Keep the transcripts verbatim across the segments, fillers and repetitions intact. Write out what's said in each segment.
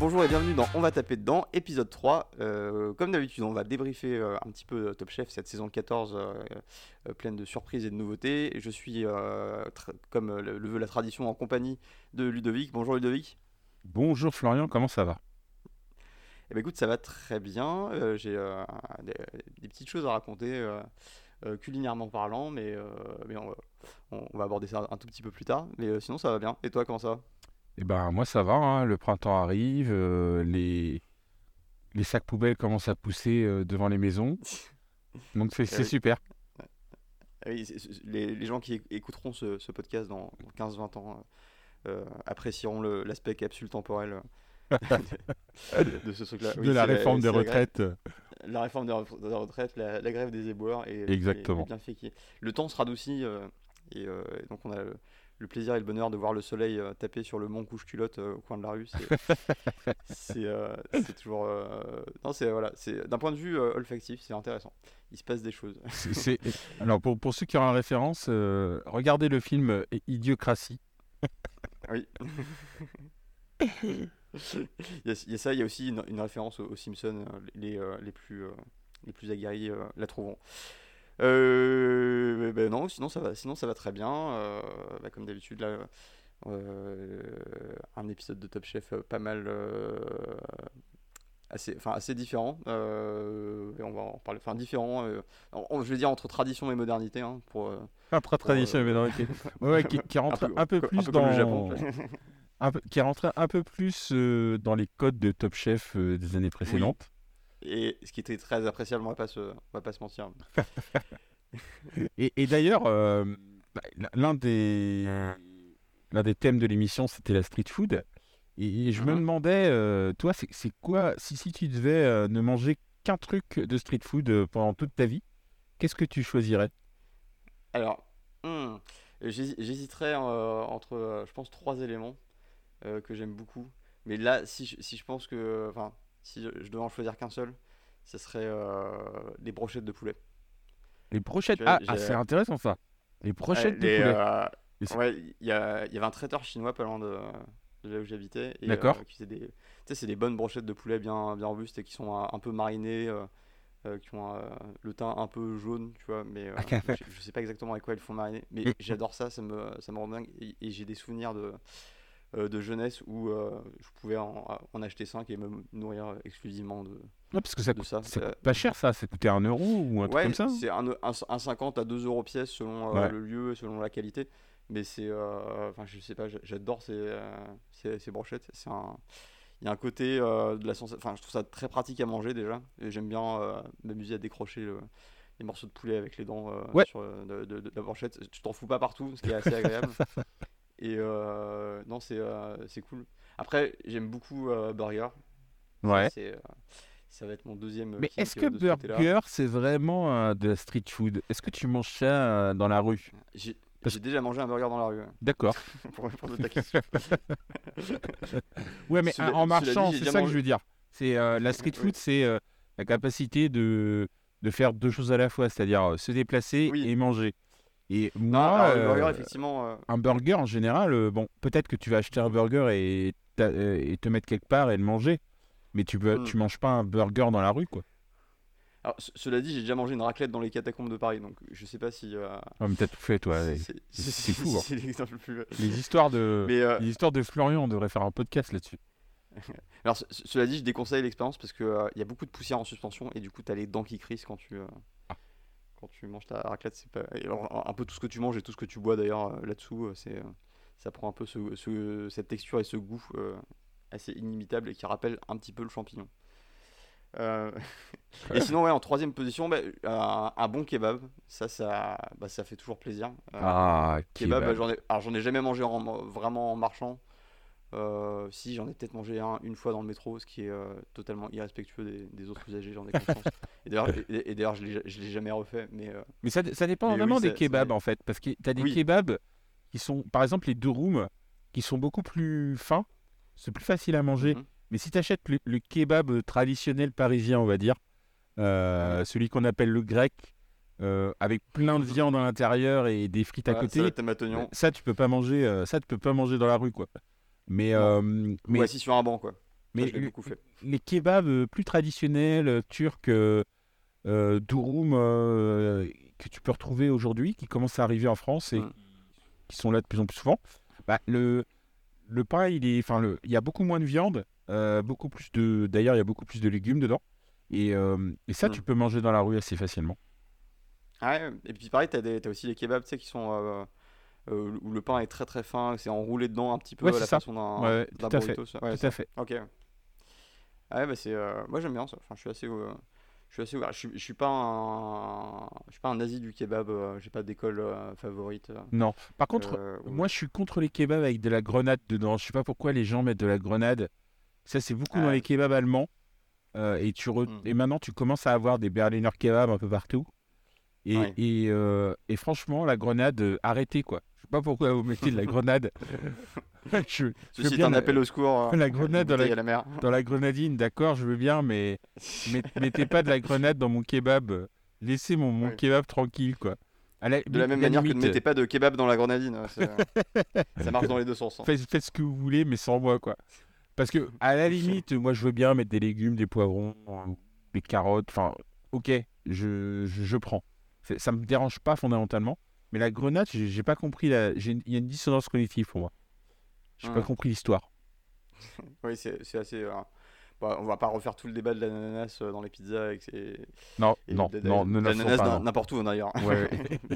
Bonjour et bienvenue dans On va taper dedans, épisode trois. Euh, comme d'habitude, on va débriefer euh, un petit peu Top Chef, cette saison quatorze, euh, euh, pleine de surprises et de nouveautés. Je suis, euh, tr- comme le, le veut la tradition, en compagnie de Ludovic. Bonjour Ludovic. Bonjour Florian, comment ça va? Eh ben écoute, ça va très bien. Euh, j'ai euh, des, des petites choses à raconter, euh, euh, culinairement parlant, mais, euh, mais on, va, on- on va aborder ça un tout petit peu plus tard. Mais euh, sinon, ça va bien. Et toi, comment ça va? Eh ben moi ça va, hein, le printemps arrive, euh, les, les sacs poubelles commencent à pousser euh, devant les maisons, donc c'est Eh c'est oui. super. Eh oui, c'est- c'est- les, les gens qui éc- écouteront ce, ce podcast dans quinze vingt ans euh, apprécieront le- l'aspect capsule temporelle de, de ce truc-là. De Oui, la c'est la, réforme des c'est la grève, retraites, euh, la réforme des re- des retraites, la, la grève des éboueurs et les, les- les exactement. bienfaits qui. Le temps se radoucit euh, et, euh, et donc on a le, le plaisir et le bonheur de voir le soleil euh, taper sur le mont couche-culotte euh, au coin de la rue. C'est c'est euh, c'est toujours. euh, Non, c'est voilà, c'est d'un point de vue euh, olfactif, c'est intéressant. Il se passe des choses. C'est, c'est- Alors pour, pour ceux qui ont la référence, euh, regardez le film euh, Idiocratie. Oui. Il y a, il y a ça, il y a aussi une, une référence aux, aux Simpsons, euh, les, euh, les plus, euh, les plus aguerris euh, la trouveront. Euh, ben non, sinon ça va, sinon ça va très bien. Euh, bah, comme d'habitude, là, euh, un épisode de Top Chef euh, pas mal, euh, assez, enfin assez différent. Euh, et on va en parler, enfin différent. Euh, en- en- je vais dire entre tradition et modernité, hein, pour, euh, Après pour tradition et euh, modernité. Ouais, ouais, qui, qui un rentre peu, un peu un plus peu comme le Japon. dans, un peu, qui rentre un peu plus euh, dans les codes de Top Chef euh, des années Oui, précédentes. et ce qui était très appréciable, on va pas se, on va pas se mentir. Et, et d'ailleurs, euh, bah, l'un des, l'un des thèmes de l'émission, c'était la street food. Et je me Mhm. demandais, euh, toi, c'est c'est quoi, si, si tu devais euh, ne manger qu'un truc de street food euh, pendant toute ta vie, qu'est-ce que tu choisirais? Alors, hmm, j'hési- j'hésiterais euh, entre, euh, je pense, trois éléments euh, que j'aime beaucoup. Mais là, si je, si je pense que, enfin, si je, je devais en choisir qu'un seul, ce serait euh, les brochettes de poulet. Les brochettes. Tu vois, Ah, ah, c'est j'ai, intéressant ça. Les ouais, brochettes de les, poulet. euh, Et c'est- ouais, il y, a- il y avait un traiteur chinois pas loin de, de là où j'habitais et euh, D'accord. qui faisait des, tu sais, c'est des bonnes brochettes de poulet bien, bien robustes et qui sont un, un peu marinées, euh, euh, qui ont euh, le teint un peu jaune, tu vois, mais euh, je, je sais pas exactement avec quoi ils le font mariner, mais j'adore ça, ça me, ça me rend dingue et, et j'ai des souvenirs de, euh, de jeunesse où euh, je pouvais en, en acheter cinq et me nourrir exclusivement de, Ouais, parce que ça de coûte, ça. ça Euh, coûte pas cher ça. Ça coûtait un euro ou un truc comme ouais, ça, hein. c'est un, un, un cinquante à deux euros pièce selon euh, Ouais. le lieu et selon la qualité, mais c'est, euh, enfin je sais pas, j'a- j'adore ces, euh, ces, ces brochettes, c'est un, il y a un côté euh, de la sensation, enfin je trouve ça très pratique à manger déjà, et j'aime bien euh, m'amuser à décrocher le- les morceaux de poulet avec les dents euh, Ouais. sur, euh, de, de- de la brochette. Tu t'en fous pas partout, ce qui est assez agréable. Et euh, non, c'est euh, c'est cool. Après, j'aime beaucoup euh, Burger. Ça, Ouais. c'est, euh, ça va être mon deuxième euh, Mais est-ce kink que euh, de ce côté-là. burger, c'est vraiment euh, de la street food? Est-ce que tu manges ça euh, dans la rue? J'ai Parce j'ai déjà mangé un burger dans la rue, D'accord. hein, pour répondre à ta question. Ouais, mais euh, Cela, en cela dit, marchant, j'ai c'est déjà ça que je mangé. veux dire. C'est euh, la street Oui, food, c'est euh, la capacité de, de faire deux choses à la fois, c'est-à-dire euh, se déplacer oui. et manger. Et Non, moi, alors le burger, euh, effectivement, euh, un burger en général, euh, bon, peut-être que tu vas acheter un burger et, t'a- euh, et te mettre quelque part et le manger, mais tu peux, hmm. tu manges pas un burger dans la rue, quoi. Alors, ce- cela dit, j'ai déjà mangé une raclette dans les catacombes de Paris, donc je sais pas si, euh, Ah, mais t'as tout fait, toi. si et c'est C'est si c'est c'est- fou, si hein. c'est l'exemple le plus. Les histoires de, Mais euh, les histoires de Florian, on devrait faire un podcast là-dessus. alors, ce- ce- cela dit, je déconseille l'expérience parce que euh, il y a beaucoup de poussière en suspension et du coup, t'as les dents qui crissent quand tu, euh, quand tu manges ta raclette. C'est pas et alors, un un peu tout ce que tu manges et tout ce que tu bois d'ailleurs euh, là-dessous, euh, c'est, euh, ça prend un peu ce, ce- cette texture et ce goût euh, assez inimitable et qui rappelle un petit peu le champignon. Euh, et sinon, ouais, en troisième position, bah, un, un bon kebab, ça, ça, bah, ça fait toujours plaisir. Euh, Ah, kebab, bah, kebab. j'en ai, alors j'en ai jamais mangé en- vraiment en marchant. Euh, si, j'en ai peut-être mangé un une fois dans le métro, ce qui est euh, totalement irrespectueux des, des autres usagers, j'en ai conscience. Et d'ailleurs, et, et d'ailleurs, je l'ai, je l'ai jamais refait. Mais, euh, Mais ça, ça dépend mais oui, vraiment des ça, ça kebabs m'est- en fait, parce que t'as des oui. kebabs qui sont, par exemple, les deux rooms, qui sont beaucoup plus fins, c'est plus facile à manger. Mhm. Mais si t'achètes le, le kebab euh, traditionnel parisien, on va dire, Oui. euh, celui qu'on appelle le grec, euh, avec plein de viande à l'intérieur et des frites à Voilà, côté, salade tomate euh, oignon. ça tu peux pas manger, euh, ça tu peux pas manger dans la rue quoi. Mais Non. euh, Ou mais assis sur un banc, quoi. Mais je l'ai le- beaucoup fait. les kebabs euh, plus traditionnels, euh, turcs, euh, euh, durum, euh, que tu peux retrouver aujourd'hui, qui commencent à arriver en France et Mm. qui sont là de plus en plus souvent, bah, le, le pain, il est, enfin, le, il y a beaucoup moins de viande, euh, beaucoup plus de, d'ailleurs, il y a beaucoup plus de légumes dedans. Et, euh, et ça, tu Mm. peux manger dans la rue assez facilement. Ah ouais, et puis pareil, t'as des, t'as aussi les kebabs, tu sais, qui sont euh, euh, où le pain est très très fin, c'est enroulé dedans un petit Ouais, peu à c'est la ça. façon Ouais, d'un ouais, d'un tout à fait. burrito. Ça. Ouais, Tout à ça. fait. Ok. Ah ouais, bah c'est, euh, moi j'aime bien ça. Enfin, je suis assez, euh, je suis assez ouvert. Je suis, je suis pas un, je suis pas un nazi du kebab. euh, j'ai pas d'école euh, favorite. euh, Non. Par contre, euh, où- moi, je suis contre les kebabs avec de la grenade dedans. Je sais pas pourquoi les gens mettent de la grenade. Ça, c'est beaucoup dans Ah, les kebabs allemands. Euh, et, tu re- hmm. et maintenant, tu commences à avoir des Berliner kebabs un peu partout. Et, Ouais. et, euh, et franchement, la grenade, euh, arrêtez quoi. Je sais pas pourquoi vous mettez de la grenade. je, je veux Ceci est bien un la, appel au secours. la euh, une grenade dans la, bouteille à la mer. dans la grenadine, d'accord, je veux bien, mais met- mettez pas de la grenade dans mon kebab. Laissez mon, mon Ouais. kebab tranquille, quoi. À la, De la même la manière que ne limite, mettez pas de kebab dans la grenadine. euh, c'est- Ça marche dans les deux sens. hein. faites, faites ce que vous voulez, mais sans moi, quoi. Parce que, à la limite, moi, je veux bien mettre des légumes, des poivrons, euh, des carottes. Enfin, ok, je, je, je prends. C'est- Ça me dérange pas fondamentalement. Mais la grenade, j'ai j'ai pas compris. La... j'ai une- Il y a une dissonance cognitive pour moi. J'ai pas Hmm. compris l'histoire. Oui, c'est c'est assez. euh, bah, on va pas refaire tout le débat de l'ananas euh, dans les pizzas avec ses- Non, et non, de, de- non, de ne lançons l'ananas pas, n'im- non. n'importe où d'ailleurs. Ouais.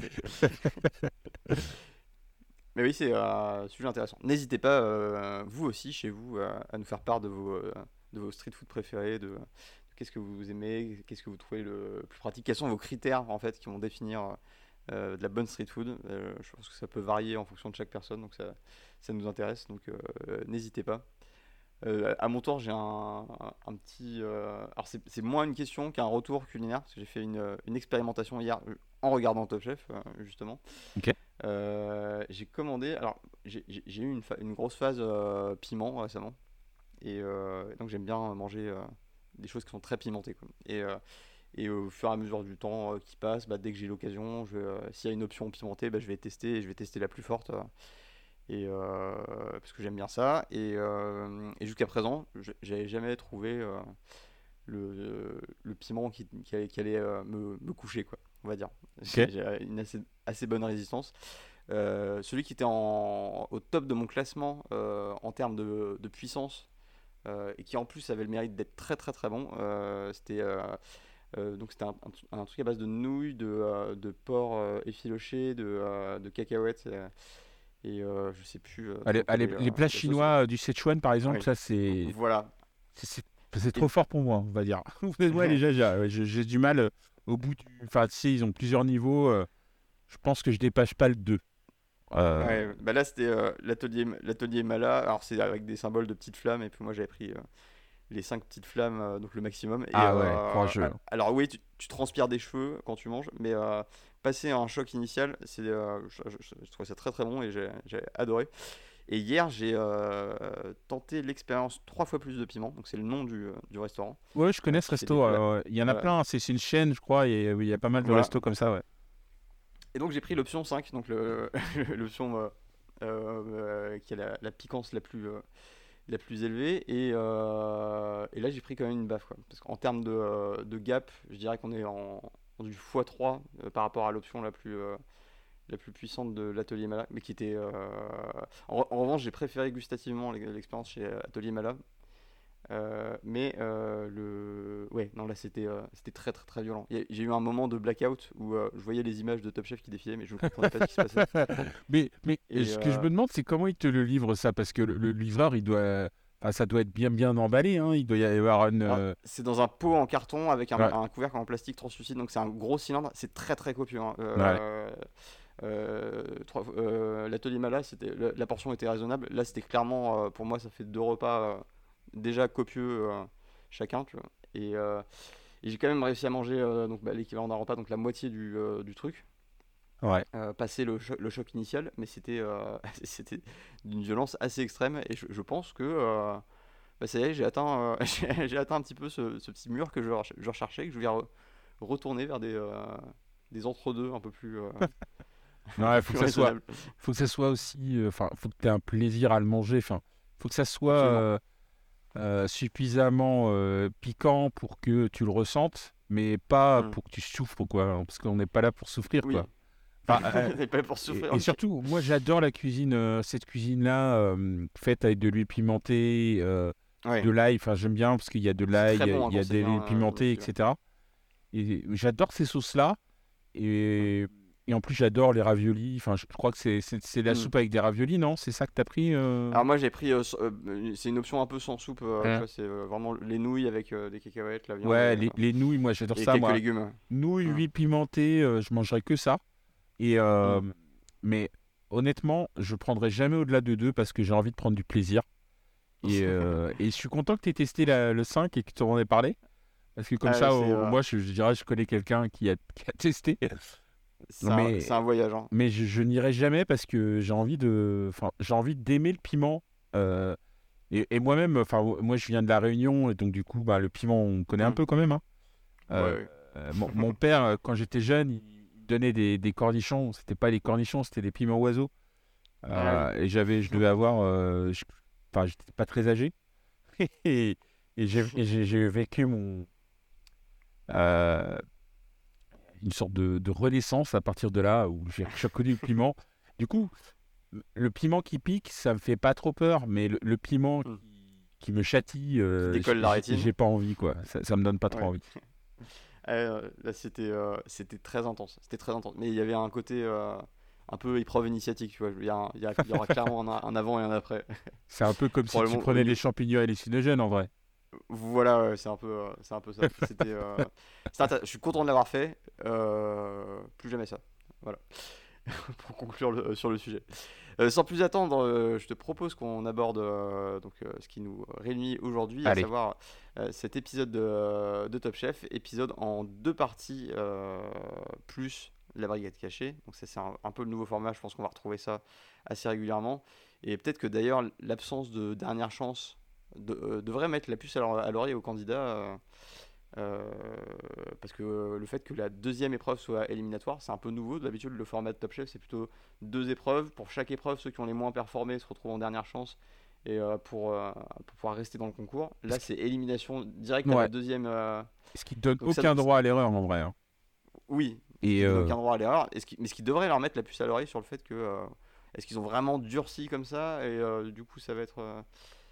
Mais oui, c'est un sujet intéressant. N'hésitez pas, euh, vous aussi, chez vous, euh, à nous faire part de vos, euh, de vos street food préférés, de, de qu'est-ce que vous aimez, qu'est-ce que vous trouvez le plus pratique, quels sont vos critères en fait qui vont définir euh, de la bonne street food. Euh, je pense que ça peut varier en fonction de chaque personne, donc ça, ça nous intéresse, donc euh, n'hésitez pas. Euh, à mon tour, j'ai un, un- un petit. euh, alors, c'est c'est moins une question qu'un retour culinaire, parce que j'ai fait une, euh, une expérimentation hier euh, en regardant Top Chef, euh, justement. Ok. Euh, j'ai commandé. Alors, j'ai j'ai- j'ai eu une, fa- une grosse phase euh, piment récemment. Et euh, donc, j'aime bien manger euh, des choses qui sont très pimentées, quoi. Et, euh, et au fur et à mesure du temps euh, qui passe, bah, dès que j'ai l'occasion, je vais, euh, s'il y a une option pimentée, bah, je vais tester et je vais tester la plus forte. euh, et euh, parce que j'aime bien ça. Et, euh, et jusqu'à présent, je- j'avais jamais trouvé euh, le, le piment qui, qui allait, qui allait, euh, me, me coucher, quoi, on va dire. J'ai Ok. j'ai une assez, assez bonne résistance. Euh, celui qui était en, au top de mon classement euh, en termes de, de puissance euh, et qui en plus avait le mérite d'être très très très bon, euh, c'était euh, euh, donc c'était un, un- un truc à base de nouilles, de, euh, de porc euh, effiloché, de, euh, de cacahuètes. euh, et euh, je sais plus euh, Allez, trop quelle allez, est euh, les plats la sauce. chinois euh, du Sichuan, par exemple, Oui, ça, c'est voilà. c'est c'est- c'est Et- trop fort pour moi, on va dire. Moi, déjà, j'ai ouais, j'ai- j'ai du mal euh, au bout du. Enfin, tu sais, ils ont plusieurs niveaux. euh, je pense que je dépasse pas le deux. Euh, ouais, bah là c'était euh, l'atelier l'atelier Mala. Alors c'est avec des symboles de petites flammes et puis moi j'avais pris euh, les cinq petites flammes, euh, donc le maximum. Et Ah ouais, euh, courageux. a- alors oui, tu, tu transpires des cheveux quand tu manges, mais euh, passer un choc initial, c'est euh, je, je- je trouvais ça très très bon et j'ai j'ai adoré. Et hier j'ai euh, tenté l'expérience trois fois plus de piment, donc c'est le nom du, euh, du restaurant Ouais, je euh, connais ce qui fait des resto. plats. euh, ouais. Il y en a Voilà. plein, c'est c'est une chaîne, je crois, et oui, il y a pas mal de Voilà. restos comme ça, ouais. Et donc j'ai pris l'option cinq, donc le- l'option euh, euh, euh, qui a la, la piquance la plus, euh, la plus élevée. Et, euh, et là j'ai pris quand même une baffe, quoi. Parce qu'en termes de, euh, de gap, je dirais qu'on est en, en du fois trois euh, par rapport à l'option la plus, euh, la plus puissante de l'Atelier Mala. Mais qui était. euh, En, en revanche, j'ai préféré gustativement l'ex- l'expérience chez Atelier Mala. Euh, mais euh, le ouais non là c'était euh, c'était très très très violent. Il y a- J'ai eu un moment de blackout où euh, je voyais les images de Top Chef qui défilaient mais je ne comprenais pas ce qui se passait. Mais, mais Et ce que je euh, me demande, c'est comment il te le livre ça, parce que le, le livreur, il doit, enfin, ça doit être bien bien emballé, hein. Il doit y avoir une. alors, euh, c'est dans un pot en carton avec un, Ouais, un couvercle en plastique translucide, donc c'est un gros cylindre, c'est très très copieux, hein. ouais. Euh, euh, trois- euh, L'atelier Mala, c'était la, la portion était raisonnable. Là c'était clairement euh, pour moi ça fait deux repas euh, déjà copieux euh, chacun, tu vois. Et, euh, et j'ai quand même réussi à manger euh, donc bah, l'équivalent d'un repas, donc la moitié du, euh, du truc. Ouais. Euh, passer le, cho- le choc initial, mais c'était euh, c'était d'une violence assez extrême et je, je pense que euh, bah, ça y est, j'ai atteint, euh, j'ai j'ai atteint un petit peu ce, ce petit mur que je, recher- je recherchais, que je vais re- retourner vers des, euh, des entre-deux un peu plus, euh, un Non, peu il faut plus que ça soit, raisonnables. faut que ça soit aussi, euh, enfin, faut que tu aies un plaisir à le manger. Enfin, faut que ça soit, Absolument. euh, euh, suffisamment euh, piquant pour que tu le ressentes, mais pas Hmm. pour que tu souffres, quoi. Hein, parce qu'on n'est pas là pour souffrir, Oui. quoi. Enfin, euh, T'es pas là pour et, souffrir, et ok. surtout, moi, j'adore la cuisine, euh, cette cuisine-là, euh, faite avec de l'huile pimentée, euh, Ouais. de l'ail. Enfin, j'aime bien parce qu'il y a de C'est l'ail, il très y a, bon hein, il y quand a c'est de bien l'huile euh, bien pimentée, dessus. Ouais. et cetera. Et j'adore ces sauces-là. Hmm. Et, et en plus, j'adore les raviolis. Enfin, je je crois que c'est c'est- c'est la Hmm. soupe avec des raviolis, non? C'est ça que t'as pris euh Alors moi j'ai pris, euh, s- euh, c'est une option un peu sans soupe, euh, tu Hein. vois, c'est euh, vraiment les nouilles avec euh, des cacahuètes, la viande et, Ouais, euh, les, les nouilles, moi, j'adore et ça, quelques moi. légumes. Nouilles, Hmm. huile pimentée, euh, je mangerais que ça. Et, euh, Hmm. mais honnêtement, je prendrai jamais au-delà de deux parce que j'ai envie de prendre du plaisir. Et, euh, et je suis content que tu aies testé la- le cinq et que tu en aies parlé. Parce que comme Ah, ouais, ça, c'est au, au euh, moins, je, je dirais, je connais quelqu'un qui a, qui a testé. c'est un, Mais, c'est un voyage. Hein. mais je, je n'irai jamais parce que j'ai envie de, enfin, j'ai envie d'aimer le piment. Euh, et, et moi-même, enfin, moi, je viens de la Réunion et donc du coup, bah, le piment, on connaît un Hmm. peu quand même. Hein. Euh, Ouais, euh, mon, mon père, euh, quand j'étais jeune, il me donnait des, des cornichons. C'était pas les cornichons, c'était des piments oiseaux. ah oui. Euh, et j'avais, je devais avoir, euh, je- enfin, j'étais pas très âgé. Et, et j'ai et j'ai- j'ai vécu mon, euh, une sorte de, de renaissance à partir de là où j'ai j'ai reconnu le piment. Du coup, le piment qui pique, ça me fait pas trop peur, mais le, le piment Hmm. qui, qui me châtie, Qui euh, décolle la j'ai rétine. j'ai pas envie, quoi. Ça, ça me donne pas trop Ouais. envie. Ah, euh, là c'était euh, c'était très intense. C'était très intense. Mais il y avait un côté euh, un peu épreuve initiatique, tu vois. Il y, a un- il y a- il y aura clairement un, un avant et un après. C'est un peu comme si tu Probablement au prenais des niveau. champignons hallucinogènes en vrai. Voilà, ouais, c'est un peu, euh, c'est un peu ça. C'était, euh, c'était intér- je suis content de l'avoir fait. Euh, plus jamais ça. Voilà. Pour conclure le- sur le sujet. Euh, sans plus attendre, euh, je te propose qu'on aborde euh, donc, euh, ce qui nous réunit aujourd'hui, à Allez, savoir euh, cet épisode de, de Top Chef, épisode en deux parties, euh, plus la brigade cachée. Donc ça c'est un, un peu le nouveau format, je pense qu'on va retrouver ça assez régulièrement. Et peut-être que d'ailleurs l'absence de dernière chance de- euh, devrait mettre la puce à l'ore- à l'oreille aux candidats. euh, euh, parce que euh, le fait que la deuxième épreuve soit éliminatoire, c'est un peu nouveau. D'habitude, le format de Top Chef, c'est plutôt deux épreuves. Pour chaque épreuve, ceux qui ont les moins performés se retrouvent en dernière chance et euh, pour, euh, pour pouvoir rester dans le concours. ce Là, qui, c'est élimination directe à la ouais, deuxième. euh, ce qui donne Donc ça, aucun ça- droit à l'erreur en vrai. Hein. oui, ce Et qui donne euh, aucun droit à l'erreur. Et ce qui- Mais ce qui devrait leur mettre la puce à l'oreille sur le fait que euh, est-ce qu'ils ont vraiment durci comme ça et euh, du coup, ça va être euh,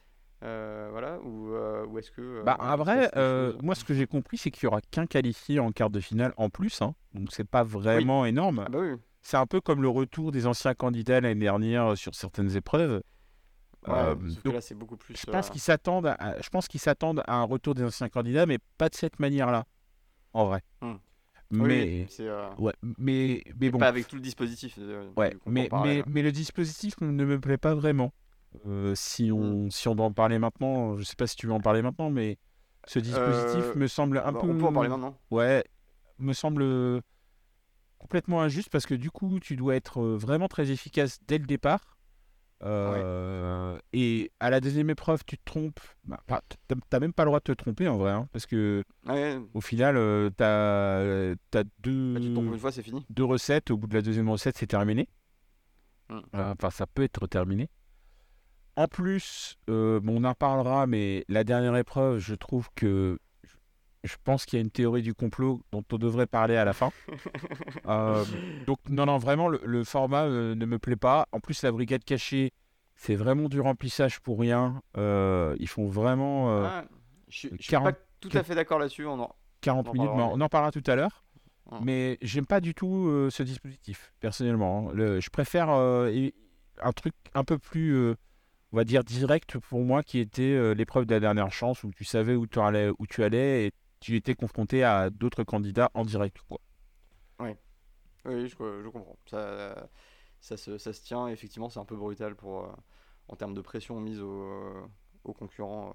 euh, voilà, ou, euh, ou est-ce que euh, bah, en il se passe vrai, des euh, choses. moi ce que j'ai compris, c'est qu'il y aura qu'un qualifié en quart de finale en plus. Hein. Donc c'est pas Oui, vraiment énorme. ah bah oui, C'est un peu comme le retour des anciens candidats l'année dernière sur certaines épreuves. Euh, ouais, sauf que donc là, c'est beaucoup je plus. euh, pense qu'ils s'attendent à, je pense qu'ils s'attendent à un retour des anciens candidats, mais pas de cette manière-là, en vrai. hmm. Oui, oui, Mais c'est euh, ouais, mais mais et bon, pas avec tout le dispositif euh, ouais, du concours mais parallèle. mais Ouais. mais le dispositif ne me plaît pas vraiment. Euh, si Hmm. on si on doit en parler maintenant, je sais pas si tu veux en parler maintenant, mais ce dispositif Euh, me semble ah un bah, on peut en parler peu, maintenant. ouais, me semble complètement injuste parce que du coup, tu dois être euh, vraiment très efficace dès le départ. Ouais. Euh, et à la deuxième épreuve, tu te trompes. Bah, pas- t'as t'as même pas le droit de te tromper en vrai, hein, parce que Ouais, au final, euh, t'as, euh, t'as là, tu te trompes deux, une fois, c'est fini. deux recettes. Au bout de la deuxième recette, c'est terminé. Hmm. Euh, Enfin, ça peut être terminé. En plus, euh, bon, on en parlera, mais la dernière épreuve, je trouve que je pense qu'il y a une théorie du complot dont on devrait parler à la fin. Euh, donc, non, non, vraiment, le, le format euh, ne me plaît pas. En plus, la brigade cachée, c'est vraiment du remplissage pour rien. Euh, ils font vraiment euh, Ah, je, suis- je suis pas quarante, tout à fait d'accord là-dessus. On en, on quarante en minutes, mais parlera, mais on en parlera tout à l'heure. hmm. Mais j'aime pas du tout euh, ce dispositif, personnellement. Hein. Le- je préfère euh, et- un truc un peu plus, euh, on va dire, direct pour moi, qui était euh, l'épreuve de la dernière chance, où tu savais où tu allais, où tu allais et tu étais confronté à d'autres candidats en direct, quoi. Ouais. Oui, je, je comprends. Ça, ça, se, ça se tient. Effectivement, c'est un peu brutal pour, euh, en termes de pression mise aux, euh, aux concurrents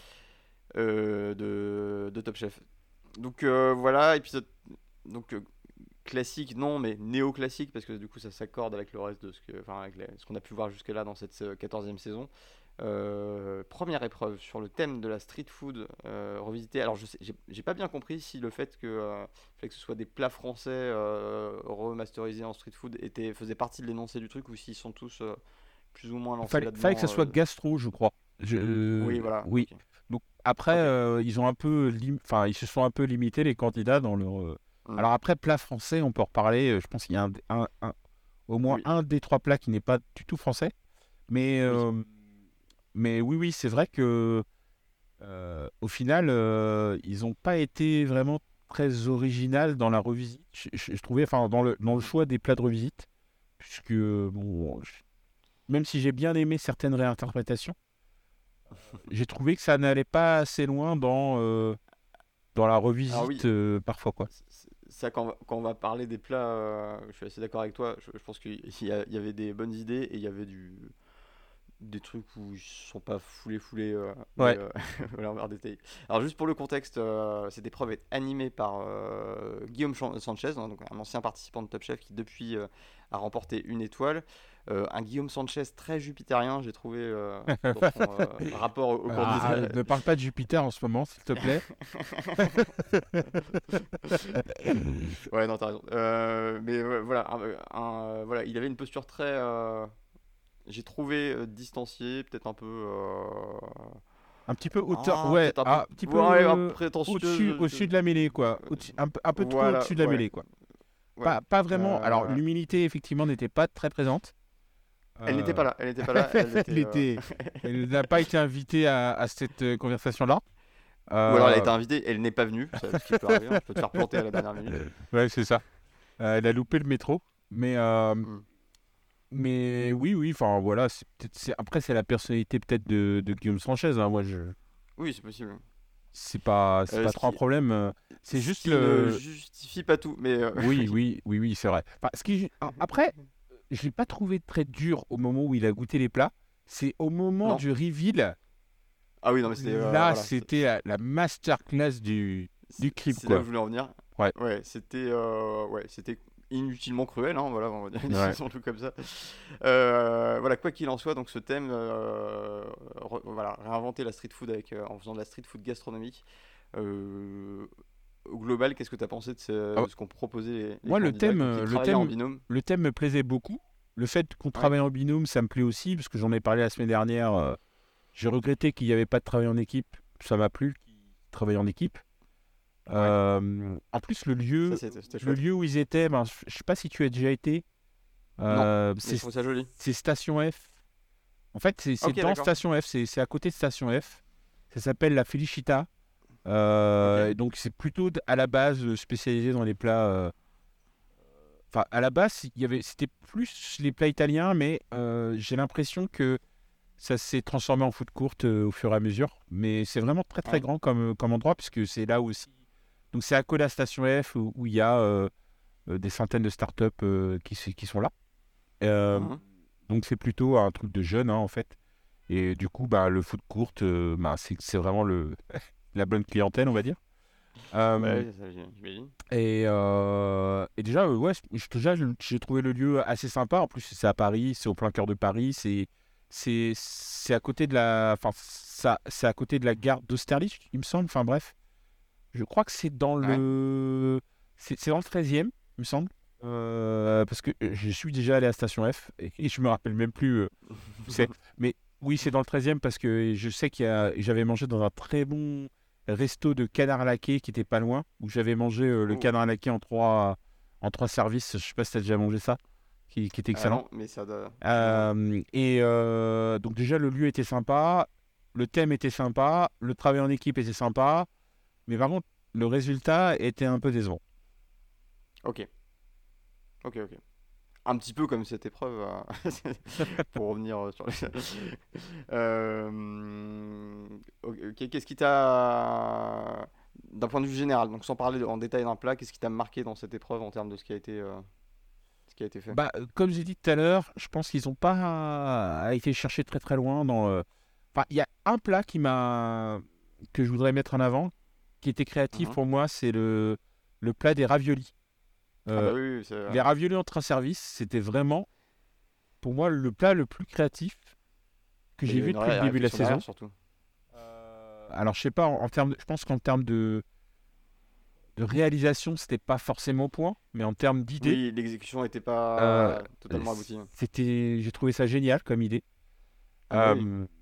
euh, de, de Top Chef. Donc euh, voilà, épisode donc euh, classique non, mais néo-classique parce que du coup ça s'accorde avec le reste de ce que, enfin avec les- ce qu'on a pu voir jusque là dans cette euh, quatorzième saison. Euh, première épreuve sur le thème de la street food euh, revisité. Alors je sais, j'ai j'ai pas bien compris si le fait que, euh, fait que ce soit des plats français euh, remasterisés en street food était, faisait partie de l'énoncé du truc ou s'ils sont tous euh, plus ou moins lancés Fallait, fallait que ça là-dedans. soit euh. gastro, je crois. Je, Oui, euh, voilà. oui, Ok. après, Ok. euh, ils ont un peu, lim- enfin, ils se sont un peu limités les candidats dans leur. euh, Hmm. Alors après, plat français, on peut en reparler. euh, Je pense qu'il y a un, un- un- au moins Oui, un des trois plats qui n'est pas du tout français. Mais, oui. euh, mais oui, oui, c'est vrai que euh, au final, euh, ils n'ont pas été vraiment très original dans la revisite. Je, je- je trouvais, enfin, dans le, dans le Mhm. choix des plats de revisite, puisque bon, je- même si j'ai bien aimé certaines réinterprétations, j'ai trouvé que ça n'allait pas assez loin dans, euh, dans la Alors revisite oui, euh, parfois, quoi. c- c- ça quand on va, quand on va parler des plats, euh, je suis assez d'accord avec toi. Je, je pense qu'il y, a- il y avait des bonnes idées et il y avait du, des trucs où ils sont pas foulés foulés, euh, mais Ouais. euh, voilà, on va redétailler. Alors juste pour le contexte, euh, cette épreuve est animée par euh, Guillaume Chan- Sanchez, hein, donc un ancien participant de Top Chef qui depuis euh, a remporté une étoile. Euh, un Guillaume Sanchez très jupitérien, j'ai trouvé euh, dans son euh, rapport au, au Ah, candidat. ne parle pas de Jupiter en ce moment, s'il te plaît. Ouais, non, t'as raison. Euh, mais ouais, voilà, un- un- voilà, il avait une posture très, euh, j'ai trouvé euh, distanciée, peut-être un peu. euh, Un petit peu hauteur, Ah, ouais, peut-être un peu. ah, un petit peu Ouais, un peu euh, au-dessus, prétentieuse. au-dessus de la mêlée, quoi. Au-dessus- un, peu- un peu trop Voilà, au-dessus de la ouais. mêlée, quoi. Ouais. Pas, pas vraiment. Alors, Euh, l'humilité, effectivement, n'était pas très présente. Elle n'était Euh, pas là. Elle n'était pas là. Elle était. elle euh, était, elle n'a pas été invitée à, à cette euh, conversation-là. Ou alors elle a Euh, été invitée. Elle n'est pas venue. Ça, ce qui peut arriver, hein. Tu peux te faire planter à la dernière minute. ouais, c'est ça. Euh, elle a loupé le métro. Mais, euh, Hmm. mais oui, oui, enfin, voilà. c'est peut-être- c'est- après, c'est la personnalité peut-être de, de Guillaume Sanchez, hein. Moi, je, Oui, c'est possible. c'est pas, c'est Euh, pas ce trop un qui, problème. euh, C'est ce juste qui ne le. justifie pas tout, mais euh, Oui, oui, oui, oui, c'est vrai. Enfin, ce qui... a- Après, je l'ai pas trouvé très dur au moment où il a goûté les plats. C'est au moment non. du reveal. Ah oui, non, mais c'était euh, Là, voilà. c'était la, la masterclass du, du C'est crib, c'est là où quoi. je voulais en venir. Ouais, Ouais, c'était euh, ouais, c'était inutilement cruel, hein, voilà, on va dire, ouais. disons tout comme ça. Euh, voilà, quoi qu'il en soit, donc ce thème, euh, re- voilà, réinventer la street food avec, euh, en faisant de la street food gastronomique. Euh, Au global, qu'est-ce que tu as pensé de ce, Ah, de ce qu'ont proposé les, les moi, le candidats, thème, donc ils euh, le travaillaient en thème, binôme? le thème me plaisait beaucoup. Le fait qu'on Ouais. travaille en binôme, ça me plaît aussi, parce que j'en ai parlé la semaine dernière. euh, J'ai regretté qu'il n'y avait pas de travail en équipe. Ça m'a plu qu'ils travaillent en équipe. Ouais, Euh, en plus, le ça lieu, c'était c'était le chouette. lieu où ils étaient, ben, je ne sais pas si tu as déjà été. Non, Euh, mais je c'est trouve ça joli. c'est Station F. En fait, c'est c'est Ok, dans d'accord. Station F, c'est c'est à côté de Station F. Ça s'appelle la Felicita. Ok. Euh, et donc, c'est plutôt d- à la base euh, spécialisé dans les plats. euh, Enfin, à la base, il y avait, c'était plus les plats italiens, mais euh, j'ai l'impression que ça s'est transformé en food court euh, au fur et à mesure. Mais c'est vraiment très très Ouais. grand comme, comme endroit, puisque c'est là aussi. Donc, c'est à côté de la Station F où, où il y a euh, euh, des centaines de startups euh, qui, s- qui sont là. Euh, Mhm. donc, c'est plutôt un truc de jeunes, hein, en fait. Et du coup, bah, le food court, euh, bah, c'est c'est vraiment le, la bonne clientèle, on va dire. Bah Euh, oui, ça, j'imagine. et, euh, et déjà, euh, ouais, je- déjà, je- j'ai trouvé le lieu assez sympa. En plus, c'est à Paris, c'est au plein cœur de Paris. C'est, c'est, c'est à côté de la, enfin, ça, c'est à côté de la gare d'Austerlitz, il me semble. Enfin, bref, je crois que c'est dans Ouais. le, c'est, c'est dans le treizième, il me semble. Euh, parce que euh, je suis déjà allé à Station F et, et je me rappelle même plus euh, où c'est. Mais oui, c'est dans le treizième parce que je sais qu'il y a, j'avais mangé dans un très bon resto de canard laqué qui était pas loin, où j'avais mangé euh, le Oh. canard laqué en trois, en trois services. Je sais pas si tu as déjà mangé ça, qui, qui était Ah excellent. non, mais ça doit. Non. Euh, et euh, donc déjà, le lieu était sympa, le thème était sympa, le travail en équipe était sympa, mais par contre, le résultat était un peu décevant. Ok, ok, ok. Un petit peu comme cette épreuve, euh, pour revenir euh, sur les. Euh, ok, qu'est-ce qui t'a. D'un point de vue général, donc sans parler en détail d'un plat, qu'est-ce qui t'a marqué dans cette épreuve en termes de ce qui a été, euh, ce qui a été fait? Bah, euh, comme j'ai dit tout à l'heure, je pense qu'ils n'ont pas été chercher très très loin dans. euh, Enfin, il y a un plat qui m'a que je voudrais mettre en avant, qui était créatif Mhm. pour moi, c'est le le plat des raviolis. Ah bah Euh, oui, oui, c'est. les raviolis en train service, c'était vraiment pour moi le plat le plus créatif que Mais il j'ai y a vu une depuis le ré- début de la réflexion derrière saison. surtout. Euh, Alors, je sais pas, en, en termes, de- je pense qu'en termes de, de réalisation, c'était pas forcément au point, mais en termes d'idées, Oui, l'exécution n'était euh, pas totalement aboutie. c'était, j'ai trouvé ça génial comme idée. Ah bah oui. Euh,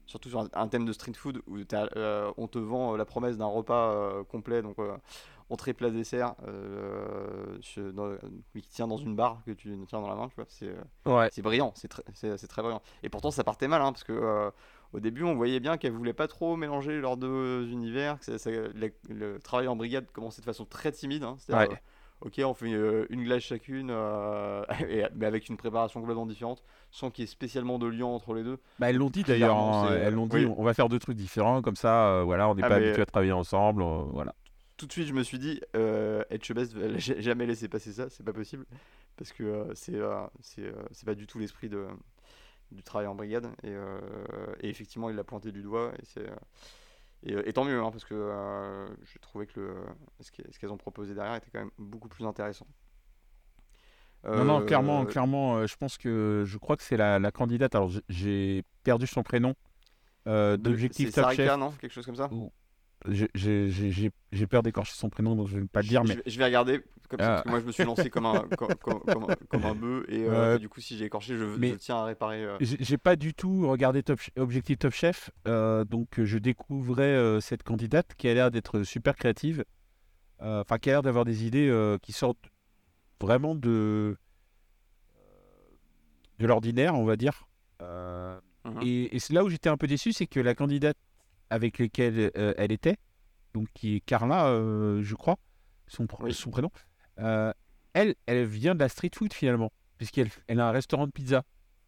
surtout sur un, un thème de street food où t'as, euh, on te vend euh, la promesse d'un repas euh, complet, donc euh, entrée, plat, dessert, euh, je- dans- mais qui tient dans une barre que tu tiens dans la main, tu vois. C'est, euh, Ouais. c'est brillant, c'est très, c'est, c'est très brillant. Et pourtant, ça partait mal, hein, parce que euh, au début, on voyait bien qu'elle voulait pas trop mélanger leurs deux univers, que ça- ça- la- le travail en brigade commençait de façon très timide, hein, c'est-à-dire, euh, Ouais. ok, on fait euh, une glace chacune, euh, et- mais avec une préparation complètement différente, sans qu'il y ait spécialement de lien entre les deux. Bah, elles Donc l'ont dit d'ailleurs, clairement, hein, c'est, euh, elles l'ont dit, oui, on on va faire deux trucs différents, comme ça, euh, voilà, on n'est ah pas habitué mais à travailler ensemble, euh, voilà. tout de suite, je me suis dit, euh, Etchebest va j- jamais laisser passer ça, c'est pas possible, parce que euh, c'est euh, c'est euh, c'est pas du tout l'esprit de, du travail en brigade, et, euh, et effectivement, il l'a pointé du doigt, et, c'est, euh, et, euh, et tant mieux, hein, parce que euh, j'ai trouvé que le, ce qu'e- ce qu'elles ont proposé derrière était quand même beaucoup plus intéressant. Non, non, clairement, Euh, clairement, euh, je pense que, je crois que c'est la, la candidate, alors j'ai j'ai perdu son prénom, euh, de- d'Objectif c'est Top Sarika, Chef. non? Quelque chose comme ça? Ou- J'ai j'ai- j'ai- j'ai- j'ai peur d'écorcher son prénom, donc je vais pas le Je, dire, je mais... vais je vais regarder comme ça, euh, parce que moi je me suis lancé comme un, comme, comme, comme un, comme un bœuf, et, euh, euh, et du coup, si j'ai écorché, je, je mais tiens à réparer. euh. j'ai j'ai pas du tout regardé Top Ch- Objectif Top Chef, euh, donc euh, je découvrais euh, cette candidate qui a l'air d'être super créative, euh, enfin qui a l'air d'avoir des idées euh, qui sortent vraiment de, de l'ordinaire, on va dire. Euh, Mhm. et et c'est là où j'étais un peu déçu, c'est que la candidate avec laquelle euh, elle était, donc qui est Carla, euh, je crois, son, pr- Oui, son prénom, euh, elle, elle vient de la street food finalement, puisqu'elle elle a un restaurant de pizza.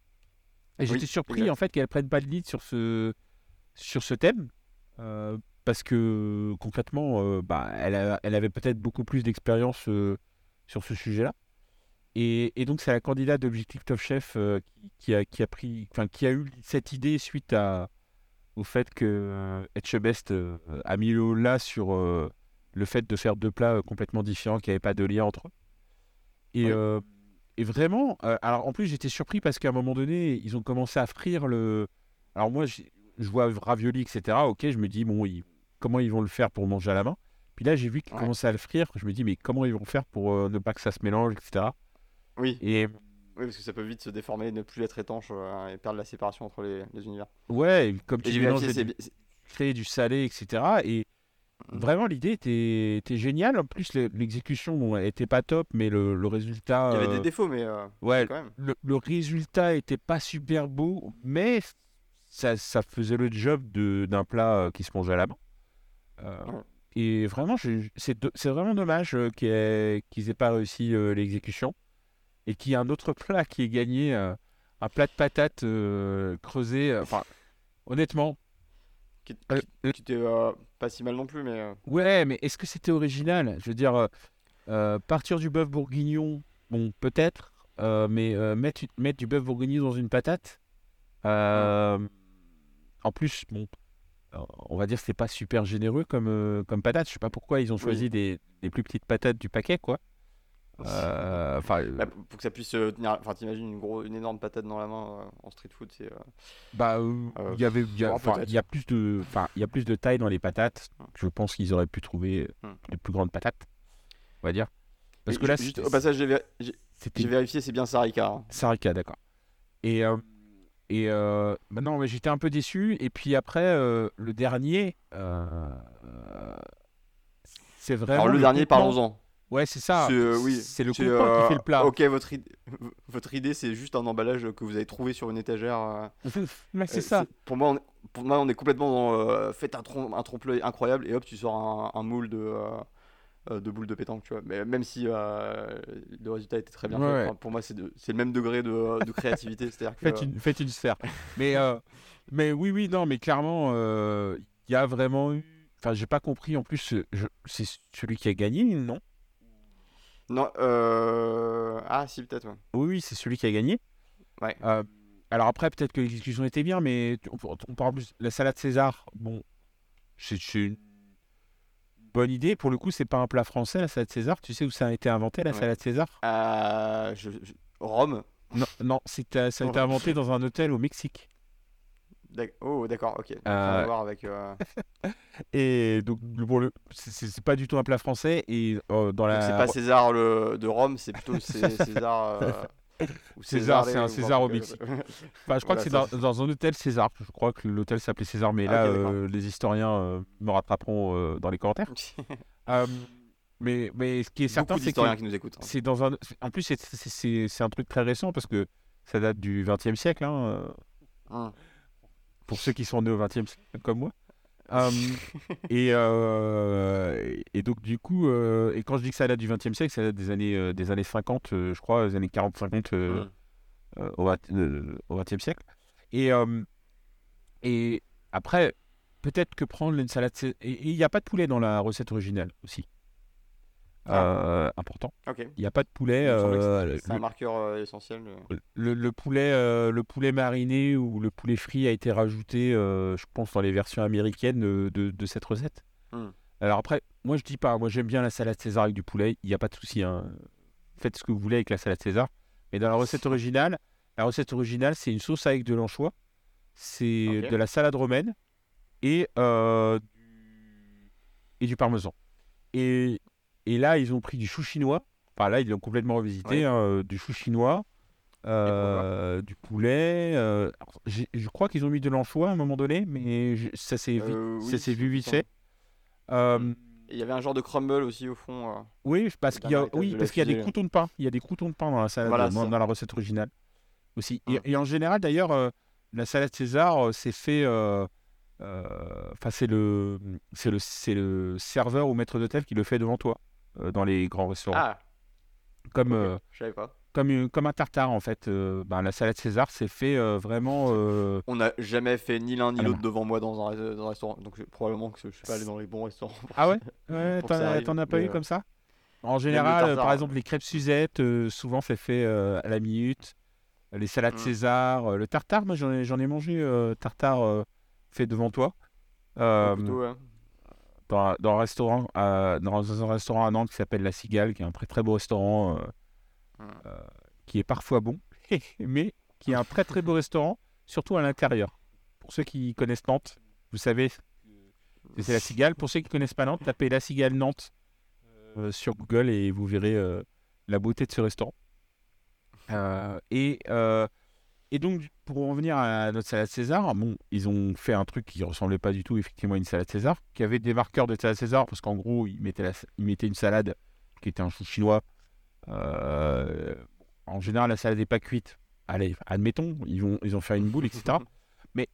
Et j'étais oui, surpris en exact. fait qu'elle prenne pas de lead sur ce, sur ce thème, euh, parce que concrètement, euh, bah, elle, a- elle avait peut-être beaucoup plus d'expérience euh, sur ce sujet-là. Et, et donc c'est la candidate d'Objectif Top Chef euh, qui, qui a, qui a pris, enfin, qui a eu cette idée suite à, au fait que euh, Etchebest euh, a mis le haut là sur euh, le fait de faire deux plats euh, complètement différents qui n'avaient pas de lien entre eux. Et, Oui. euh, et vraiment, euh, alors en plus j'étais surpris parce qu'à un moment donné, ils ont commencé à frire le. Alors moi, j'ai- je vois ravioli, et cetera. Ok, je me dis, bon, ils- comment ils vont le faire pour manger à la main? Puis là, j'ai vu qu'ils Ouais. commençaient à le frire. Je me dis, mais comment ils vont faire pour euh, ne pas que ça se mélange, et cetera. Oui. Et Oui, parce que ça peut vite se déformer, ne plus être étanche euh, et perdre la séparation entre les, les univers. ouais, comme Et tu j'ai mélanges vérifié, c'est du bi- c'est- sucré, du salé, et cetera. Et Mhm. vraiment, l'idée était, était géniale. En plus, le- l'exécution, bon, elle était pas top, mais le, le résultat, Il y avait des euh, défauts, mais, euh, mais ouais, quand même. le, le résultat était pas super beau, mais ça, ça faisait le job de, d'un plat euh, qui se mangeait à la main. Euh, Ouais. et vraiment, j'ai- c'est, do- c'est vraiment dommage euh, qu'ils aient, qu'ils aient pas réussi euh, l'exécution et qu'il y ait un autre plat qui ait gagné, euh, un plat de patates euh, creusé. euh, Enfin, honnêtement, Qui, euh, qui, euh, qui était euh, pas si mal non plus, mais. euh, ouais, mais est-ce que c'était original? Je veux dire. euh, Euh, partir du bœuf bourguignon, bon, peut-être, euh, mais euh, mettre, mettre du bœuf bourguignon dans une patate, hmm. euh, en plus, bon, euh, on va dire que c'est pas super généreux comme, euh, comme patate. Je sais pas pourquoi ils ont Oui. choisi des, des plus petites patates du paquet, quoi. Euh, Enfin, euh, Bah, pour que ça puisse euh, tenir. Enfin, t'imagines une, gros, une énorme patate dans la main euh, en street food, c'est. euh, bah, euh, euh, il y avait, il y a, oh, enfin, il y peut-être. a plus de, enfin, il y a plus de taille dans les patates. Je pense qu'ils auraient pu trouver Hmm. des plus grandes patates, on va dire. Parce Mais que ju- là, juste c'était, au passage, j'ai vé- j'ai- c'était j'ai vérifié, c'est bien Sarika, hein. Sarika, d'accord. Et, euh, Et euh, bah non, mais j'étais un peu déçu. Et puis après, euh, le dernier, euh, euh, c'est Alors, vraiment le le dernier, contenant. parlons-en. Ouais, c'est C'est, ça. euh, oui, C'est le c'est contenant qui euh, fait le plat. ok. Votre idée, votre idée, c'est juste un emballage que vous avez trouvé sur une étagère. euh, Mais c'est euh, ça. c'est- pour moi, on est, pour moi, on est complètement dans euh, faites un, trom- un trompe-l'œil incroyable et hop, tu sors un, un moule de, euh, euh, de boules de pétanque, tu vois. Mais même si euh, le résultat était très bien Ouais, fait, ouais. enfin, pour moi, c'est de- c'est le même degré de, de créativité, c'est-à-dire que Faites une, faites une sphère. Mais, euh, mais oui, oui, non, mais clairement, euh, il y a vraiment eu. Enfin, j'ai pas compris. En plus, je- c'est celui qui a gagné, non? non, euh... ah si peut-être, ouais. Oui, oui, c'est celui qui a gagné. Ouais. Euh, alors après, peut-être que l'exécution était bien, mais on, on parle plus. La salade César, bon, c'est c'est une bonne idée. Pour le coup, c'est pas un plat français, la salade César. Tu sais où ça a été inventé, la Ouais. salade César? Euh, je- je- Rome. Non, non, c'est, euh, ça a été inventé dans un hôtel au Mexique. D'ac- Oh, d'accord, ok. Donc, rien à Euh, voir avec. euh, et donc, le- pour le, c'est c'est- c'est pas du tout un plat français. Et euh, dans Donc, c'est la. pas César le... de Rome, c'est plutôt Cé- César. euh, Ou César, c'est Césaré, un ou un César au truc. Mexique. euh, Enfin, je crois que Voilà, c'est ça. dans, c'est- dans un hôtel César. Je crois que l'hôtel s'appelait César, mais Ah, là, ok, d'accord. euh, les historiens euh, me rattraperont euh, dans les commentaires. Euh, mais, mais ce qui est certain, Beaucoup c'est que d'historiens qui nous écoutent. hein. c'est dans un. En plus, c'est c'est- c'est- c'est un truc très récent parce que ça date du vingtième siècle, hein, euh, Hum. pour ceux qui sont nés au vingtième siècle, comme moi. Euh, et, euh, et donc, du coup, euh, et quand je dis que ça date du vingtième siècle, ça date des années, euh, des années cinquante, euh, je crois, des années quarante cinquante euh, Hum. euh, au vingt- euh, au vingtième siècle. Et, euh, et après, peut-être que prendre une salade. Cé- Et et il n'y a pas de poulet dans la recette originale aussi. Ah, Euh, important. ok. Il n'y a pas de poulet. Il me semblait que euh, c'est un le, marqueur euh, essentiel. euh. le, le poulet euh, le poulet mariné ou le poulet frit a été rajouté, euh, je pense, dans les versions américaines euh, de, de cette recette. Hum. Alors après, moi je dis pas, moi j'aime bien la salade César avec du poulet, il n'y a pas de souci. Hein. Faites ce que vous voulez avec la salade César. Mais dans la recette originale, la recette originale, c'est une sauce avec de l'anchois, c'est de Ok. la salade romaine et, euh, et du parmesan. Et, et là, ils ont pris du chou chinois. Enfin, là, ils l'ont complètement revisité. Oui. hein, euh, du chou chinois, Et pourquoi? euh, du poulet. euh, alors, j'ai- je crois qu'ils ont mis de l'anchois à un moment donné, mais je- ça s'est vite, Euh, ça oui, s'est vu il me vite semble. fait. Euh, Hum. Et il y avait un genre de crumble aussi au fond. euh, oui, parce au qu'il y a, dernier étage oui, de la parce qu'il y a des fusée. croûtons de pain. Il y a des croûtons de pain dans la salade, Voilà, dans, ça. dans la recette originale aussi. Et, Hum. et en général, d'ailleurs, euh, la salade César, euh, c'est fait. euh, euh, Enfin, c'est le, c'est le, c'est le serveur ou maître d'hôtel qui le fait devant toi euh, dans les grands restaurants. Ah, Comme, ok. euh, Je savais pas. comme, une- comme un tartare en fait. Euh, ben, la salade César, c'est fait euh, vraiment euh, On n'a jamais fait ni l'un ni à la l'autre main. devant moi dans un, res- dans un restaurant. Donc euh, probablement que je suis pas allé dans les bons restaurants pour Ah que, ouais? Ouais, pour t'en que ça as, arrive. t'en as pas Mais eu euh, comme ça? En même le général, euh, par tartare. exemple, les crêpes Suzette, euh, souvent c'est fait euh, à la minute. Les salades hum, César, euh, le tartare, moi j'en ai, j'en ai mangé euh, tartare euh, fait devant toi. Au Euh, couteau, ouais. dans, un- dans un restaurant, à- dans un restaurant à Nantes qui s'appelle La Cigale, qui est un très très beau restaurant, euh, Hum. euh, qui est parfois bon, mais qui est un très très beau restaurant, surtout à l'intérieur. Pour ceux qui connaissent Nantes, vous savez que c'est La Cigale. Pour ceux qui connaissent pas Nantes, tapez La Cigale Nantes euh, sur Google et vous verrez euh, la beauté de ce restaurant. Euh, et, euh, et donc, pour en revenir à notre salade César, bon, ils ont fait un truc qui ressemblait pas du tout effectivement à une salade César, qui avait des marqueurs de salade César, parce qu'en gros, ils mettaient, la- ils mettaient une salade qui était un chou chinois. Euh, En général, la salade n'est pas cuite. Allez, admettons, ils vont, ils ont fait une boule, et cetera. Mais,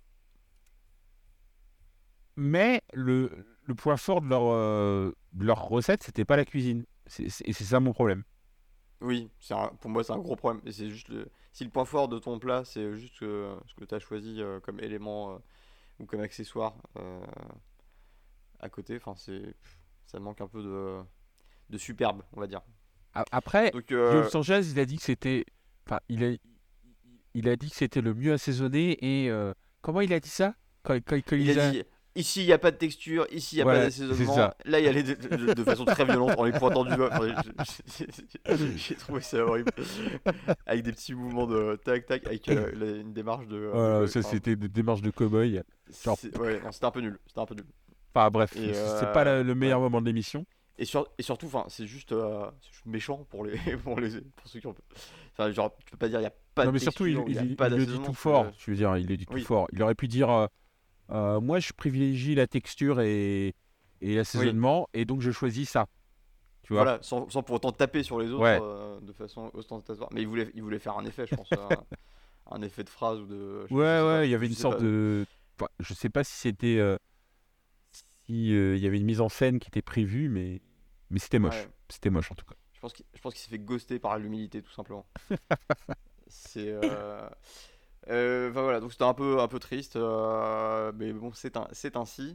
mais le, le point fort de leur, euh, de leur recette, c'était pas la cuisine. C'est, c'est- et c'est ça mon problème. Oui, c'est un- pour moi c'est un gros problème. Et c'est juste le... si le point fort de ton plat c'est juste euh, ce que tu as choisi euh, comme élément euh, ou comme accessoire euh, à côté, enfin c'est ça manque un peu de, de superbe, on va dire. A- Après, Donc Guillaume euh, Sanchez, il a dit que c'était, enfin, il a, il a dit que c'était le mieux assaisonné et euh, comment il a dit ça? Quand, quand, quand il il a a... dit ici il n'y a pas de texture, ici il n'y a pas Voilà, c'est d'assaisonnement. ça. Là il y allait de, de- de façon très violente en les pointant du doigt. Enfin, j'ai j'ai- j'ai trouvé ça horrible. Avec des petits mouvements de tac tac, avec euh, la- une démarche de. de Voilà, co- ça enfin, c'était des démarches de cow-boy. Genre, c'est- ouais, non, c'était un peu nul. C'était un peu nul. enfin bref, Et c'est c'est pas euh, la- le ouais. meilleur moment de l'émission. Et, sur, et surtout, enfin, c'est juste, euh, c'est juste méchant pour les, pour les, pour ceux qui ont. Enfin, genre, tu peux pas dire il y a pas Non de mais surtout, il, texture, il y a il- pas il le dit d'assaisonnement. tout parce que- fort. Je veux dire, il le dit tout Oui, fort. Il aurait pu dire, euh, euh, moi je privilégie la texture et, et oui. l'assaisonnement et donc je choisis ça. Tu vois? Voilà, sans, sans pour autant taper sur les autres Ouais. euh, de façon ostentatoire. Mais il voulait, il voulait faire un effet, je pense, un, un effet de phrase ou de, je, je Ouais, sais pas, ouais, il y avait je une sais sorte pas. de... enfin, je sais pas si c'était... euh, si euh, il y avait une mise en scène qui était prévue, mais, mais c'était moche. Ouais, C'était moche en tout cas. je pense qu'il, je pense qu'il s'est fait ghoster par l'humilité, tout simplement. C'est, euh, euh, enfin, voilà, donc c'était un peu, un peu triste, euh, mais bon, c'est un, c'est ainsi.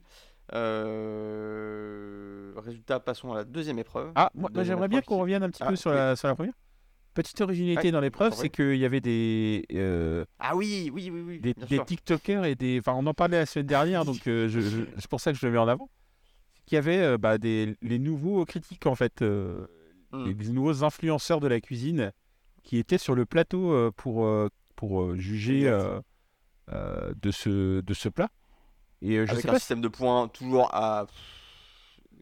Euh, résultat, passons à la deuxième épreuve. Ah, La moi, moi, deuxième j'aimerais bien épreuve qu'on qui. revienne un petit Ah, peu sur oui, la, sur la première. Petite originalité ouais, dans je l'épreuve, t'en c'est prie. qu'il y avait des, euh, Ah oui, oui, oui, oui, des, bien des sûr. TikTokers et des... Enfin, on en parlait la semaine dernière, donc euh, je, je- c'est pour ça que je le mets en avant. Qu'il y avait euh, bah, des, les nouveaux critiques, en fait, euh, Hmm. les, les nouveaux influenceurs de la cuisine qui étaient sur le plateau euh, pour, euh, pour euh, juger Exact. euh, euh, de ce, de ce plat. Et euh, je sais Avec un pas si... système de points toujours à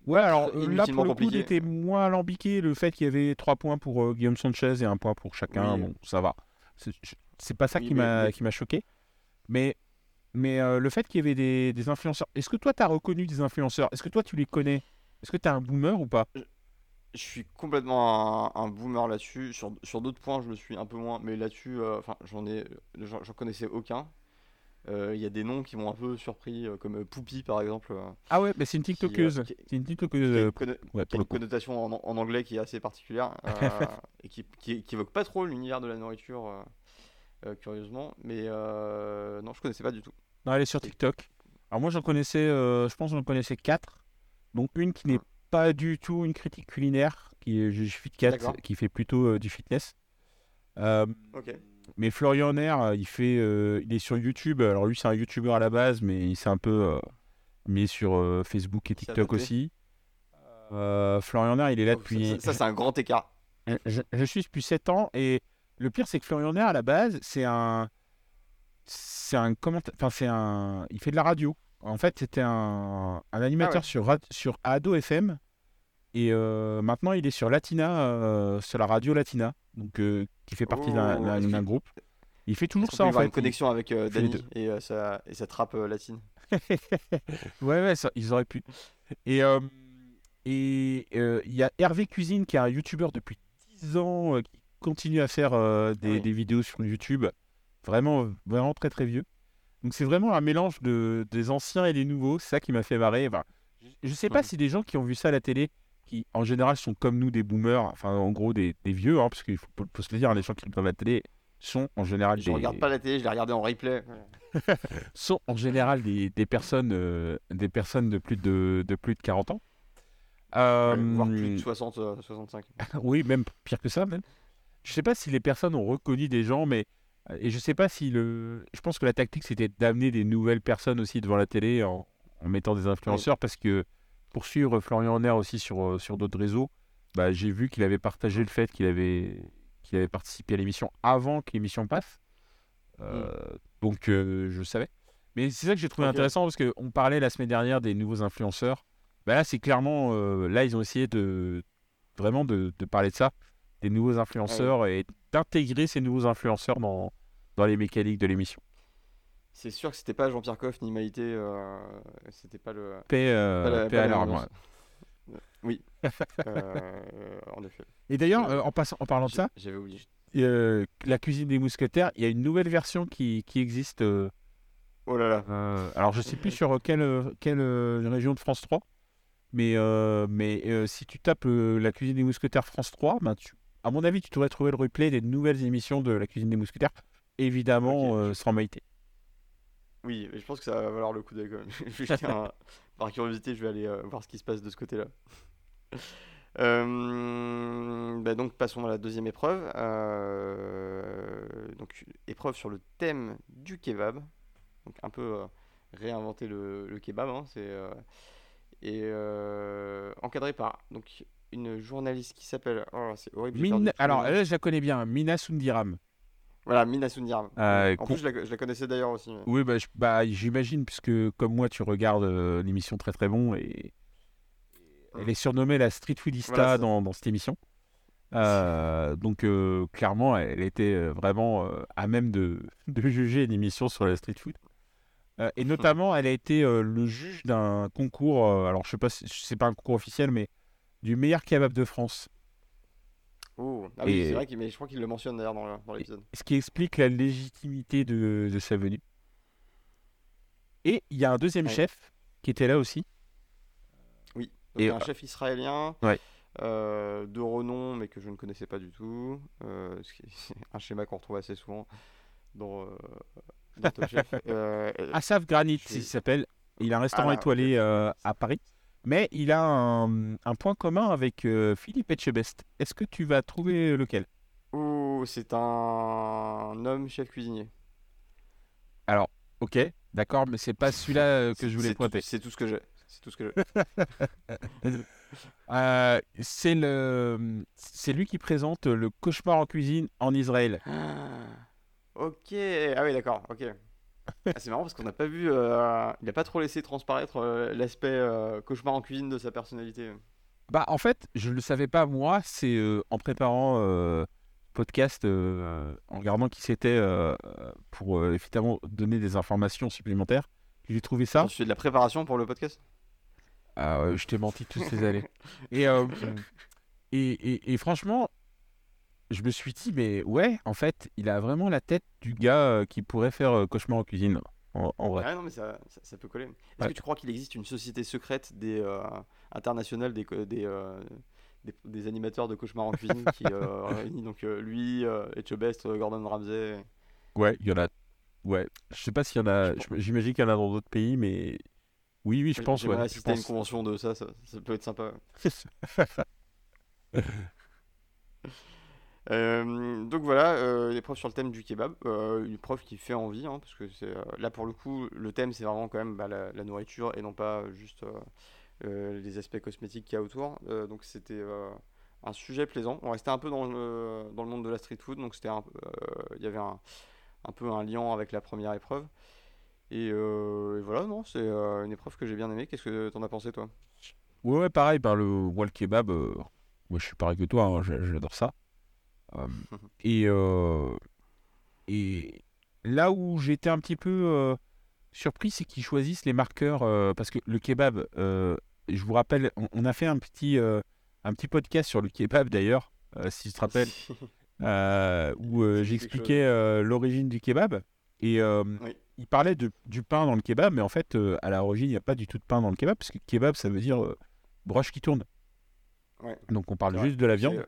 Ouais, alors euh, là, pour inutilement le coup, il compliqué. était moins alambiqué. Le fait qu'il y avait trois points pour euh, Guillaume Sanchez et un point pour chacun, Oui, bon, ça va. C'est c'est pas ça oui, qui mais, m'a mais qui m'a choqué. Mais, mais euh, le fait qu'il y avait des, des influenceurs. Est-ce que toi, tu as reconnu des influenceurs? Est-ce que toi, tu les connais? Est-ce que tu es un boomer ou pas? je, je suis complètement un, un boomer là-dessus. Sur, sur d'autres points, je le suis un peu moins, mais là-dessus, euh, enfin, j'en ai, j'en j'en connaissais aucun. Euh, Il y a des noms qui m'ont un peu surpris, euh, comme euh, Poupie par exemple, euh, Ah ouais, mais c'est une qui, euh, TikTokeuse. qui, C'est une TikTokeuse, qui a euh, une, conno- ouais, qui a pour le une coup. connotation en, en anglais qui est assez particulière, euh, et qui, qui, qui évoque pas trop l'univers de la nourriture, euh, euh, curieusement. Mais euh, non, je connaissais pas du tout. Non, elle est sur Et- TikTok. Alors moi, j'en connaissais, euh, je pense que j'en connaissais quatre. Donc une qui n'est hum, pas du tout une critique culinaire, qui est Juge Fit quatre, D'accord. qui fait plutôt euh, du fitness. Euh, Ok. mais Florian Nair, euh, il fait, euh, il est sur YouTube. Alors lui, c'est un YouTuber à la base, mais il s'est un peu euh, mis sur euh, Facebook et Il s'est TikTok adapté. aussi. Euh, Florian Nair, il est là Oh, ça, depuis. ça- ça, c'est un grand écart. Je, je- je suis depuis sept ans et le pire, c'est que Florian Nair, à la base, c'est un, c'est un commenta- enfin c'est un, il fait de la radio. En fait, c'était un, un Ah animateur ouais. sur Rad- sur Ado F M et euh, maintenant il est sur Latina, euh, sur la radio Latina, donc euh, qui fait partie d'un Oh, d'un- est-ce d'un qu'il- groupe. Il fait toujours est-ce qu'on ça peut y en voir une fait. Il, connexion avec euh, il fait les deux. Dany et, euh, sa, et sa trappe euh, latine? Ouais, ouais, ça, ils auraient pu. Et euh, et euh, il y a Hervé Cuisine qui est un YouTuber depuis dix ans, euh, qui continue à faire euh, Ah des, oui. des vidéos sur YouTube, vraiment vraiment très très vieux. Donc c'est vraiment un mélange de, des anciens et des nouveaux, c'est ça qui m'a fait marrer. Enfin, je ne sais pas si des gens qui ont vu ça à la télé, qui en général sont comme nous des boomers, enfin en gros des, des vieux, hein, parce qu'il faut, faut se le dire, hein, les gens qui regardent la télé sont en général Je regarde pas des, la télé, je l'ai regardé en replay. sont en général des, des personnes, euh, des personnes de plus de, de plus de quarante ans. Ouais, voire plus de Euh, soixante, euh, soixante-cinq. oui, même pire que ça, même. Je sais pas si les personnes ont reconnu des gens, mais euh, et je sais pas si le. Je pense que la tactique c'était d'amener des nouvelles personnes aussi devant la télé en, en mettant des Oui. influenceurs parce que pour suivre Florian Honner aussi sur, euh, sur d'autres réseaux, bah, j'ai vu qu'il avait partagé le fait qu'il avait qu'il avait participé à l'émission avant que l'émission passe. Hmm. Euh, donc euh, je savais. Mais c'est ça que j'ai trouvé Ok. intéressant parce qu'on parlait la semaine dernière des nouveaux influenceurs. Bah là c'est clairement euh, là ils ont essayé de vraiment de, de parler de ça, des nouveaux Ah oui. influenceurs et d'intégrer ces nouveaux influenceurs dans, dans les mécaniques de l'émission. C'est sûr que c'était pas Jean-Pierre Coff ni Maïté, euh, c'était pas le, Paix, pas euh, la, paix pas à la même leur âme, ouais. ambiance. Oui, euh, en effet. Et d'ailleurs, Je- euh, en, passant, en parlant de j'ai- ça, J'avais oublié. euh, la cuisine des mousquetaires, il y a une nouvelle version qui, qui existe. euh, Oh là là. euh, alors, je sais plus sur quelle, euh, quelle euh, région de France trois, mais, euh, mais euh, si tu tapes euh, la cuisine des mousquetaires France trois, ben, tu, à mon avis, tu devrais trouver le replay des nouvelles émissions de la cuisine des mousquetaires, Ok. évidemment euh, Je- sans Maïté. Oui, mais je pense que ça va valoir le coup d'œil quand même. Je vais jeter un- Par curiosité, je vais aller euh, voir ce qui se passe de ce côté-là. Euh, bah donc passons à la deuxième épreuve. Euh, donc épreuve sur le thème du kebab. Donc un peu euh, réinventer le, le kebab. Hein, c'est euh, et euh, encadré par donc une journaliste qui s'appelle. Oh, c'est horrible, j'ai perdu Min... tous les Alors noms. là, je la connais bien, Mina Sundiram. Voilà, Mina Sundiram. Oui. Euh, En con- plus, je la, je la connaissais d'ailleurs aussi. Oui, bah, je- bah, j'imagine, puisque comme moi, tu regardes euh, l'émission Très Très Bon, et elle Hmm. est surnommée la Street Voilà, Foodista c'est ça. dans, dans cette émission. Euh, donc, euh, clairement, elle était euh, vraiment euh, à même de, de juger une émission sur la street food. Euh, et notamment, elle a été euh, le juge d'un concours, euh, alors je sais pas si c'est pas un concours officiel, mais du meilleur kebab de France. Oh. Ah oui, c'est Et, vrai, qu'il- mais je crois qu'il le mentionne d'ailleurs dans le- dans et l'épisode. ce qui explique la légitimité de, de sa venue. Et il y a un deuxième Ouais. chef qui était là aussi. Oui, donc Et un chef israélien ouais. euh, de renom, mais que je ne connaissais pas du tout. Euh, ce qui est un schéma qu'on retrouve assez souvent dans, euh, dans Top Chef. Euh, euh, Asaf Granit, je il vais- s'appelle. Il a un Ah restaurant là, ok. étoilé euh, à Paris. Mais il a un, un point commun avec euh, Philippe Etchebest. Est-ce que tu vas trouver lequel? Ouh, c'est un homme chef cuisinier. Alors, ok, d'accord, mais c'est pas celui-là euh, que C'est je voulais c'est tout, pointer. c'est tout ce que j'ai. C'est tout ce que j'ai. Euh, c'est le, c'est lui qui présente le cauchemar en cuisine en Israël. Ah, ok. Ah oui, d'accord. Ok. Ah, c'est marrant parce qu'on n'a pas vu, euh, il a pas trop laissé transparaître euh, l'aspect euh, cauchemar en cuisine de sa personnalité. Bah, en fait, je ne le savais pas moi, c'est euh, en préparant euh, podcast, euh, en regardant qui c'était euh, euh, pour euh, évidemment donner des informations supplémentaires. J'ai trouvé Attends, ça. tu fais de la préparation pour le podcast? Ah, euh, je t'ai menti toutes ces années. Et, euh, et, et, et franchement, je me suis dit, mais ouais, en fait, il a vraiment la tête du gars euh, qui pourrait faire euh, cauchemar en cuisine, en, en vrai. Ah non, mais ça, ça, ça peut coller. Est-ce Ouais. que tu crois qu'il existe une société secrète des euh, internationale des, co- des, euh, des, des animateurs de cauchemar en cuisine qui euh, réunit donc euh, lui, euh, Etchebest, euh, Gordon Ramsay? Ouais, il y en a. Ouais, je sais pas s'il y en Je a. pense- je- J'imagine qu'il y en a dans d'autres pays, mais oui, oui, je pense, ouais, J'aimerais je assister à une pense. convention de ça, ça, ça peut être sympa. Euh, donc voilà, euh, une épreuve sur le thème du kebab, euh, une épreuve qui fait envie, hein, parce que c'est, euh, là pour le coup, le thème c'est vraiment quand même bah, la, la nourriture et non pas juste euh, euh, les aspects cosmétiques qu'il y a autour. Euh, donc c'était euh, un sujet plaisant. On restait un peu dans le, dans le monde de la street food, donc c'était un, peu, euh, il y avait un, un peu un lien avec la première épreuve. Et, euh, et voilà, non, c'est euh, une épreuve que j'ai bien aimée. Qu'est-ce que t'en as pensé toi? Ouais, ouais, pareil, ben, le, moi, le kebab, euh, moi, je suis pareil que toi, hein, j'a- j'adore ça. Euh, et, euh, et là où j'étais un petit peu euh, surpris, c'est qu'ils choisissent les marqueurs, euh, parce que le kebab, euh, je vous rappelle, on, on a fait un petit, euh, un petit podcast sur le kebab d'ailleurs, euh, si tu te rappelles, euh, où euh, Ça me dit quelque chose. j'expliquais euh, l'origine du kebab. Et euh, Oui, il parlait de, du pain dans le kebab, mais en fait, euh, à l'origine, il n'y a pas du tout de pain dans le kebab, parce que kebab, ça veut dire euh, broche qui tourne. ouais, Donc on c'est parle vrai. juste de la C'est viande.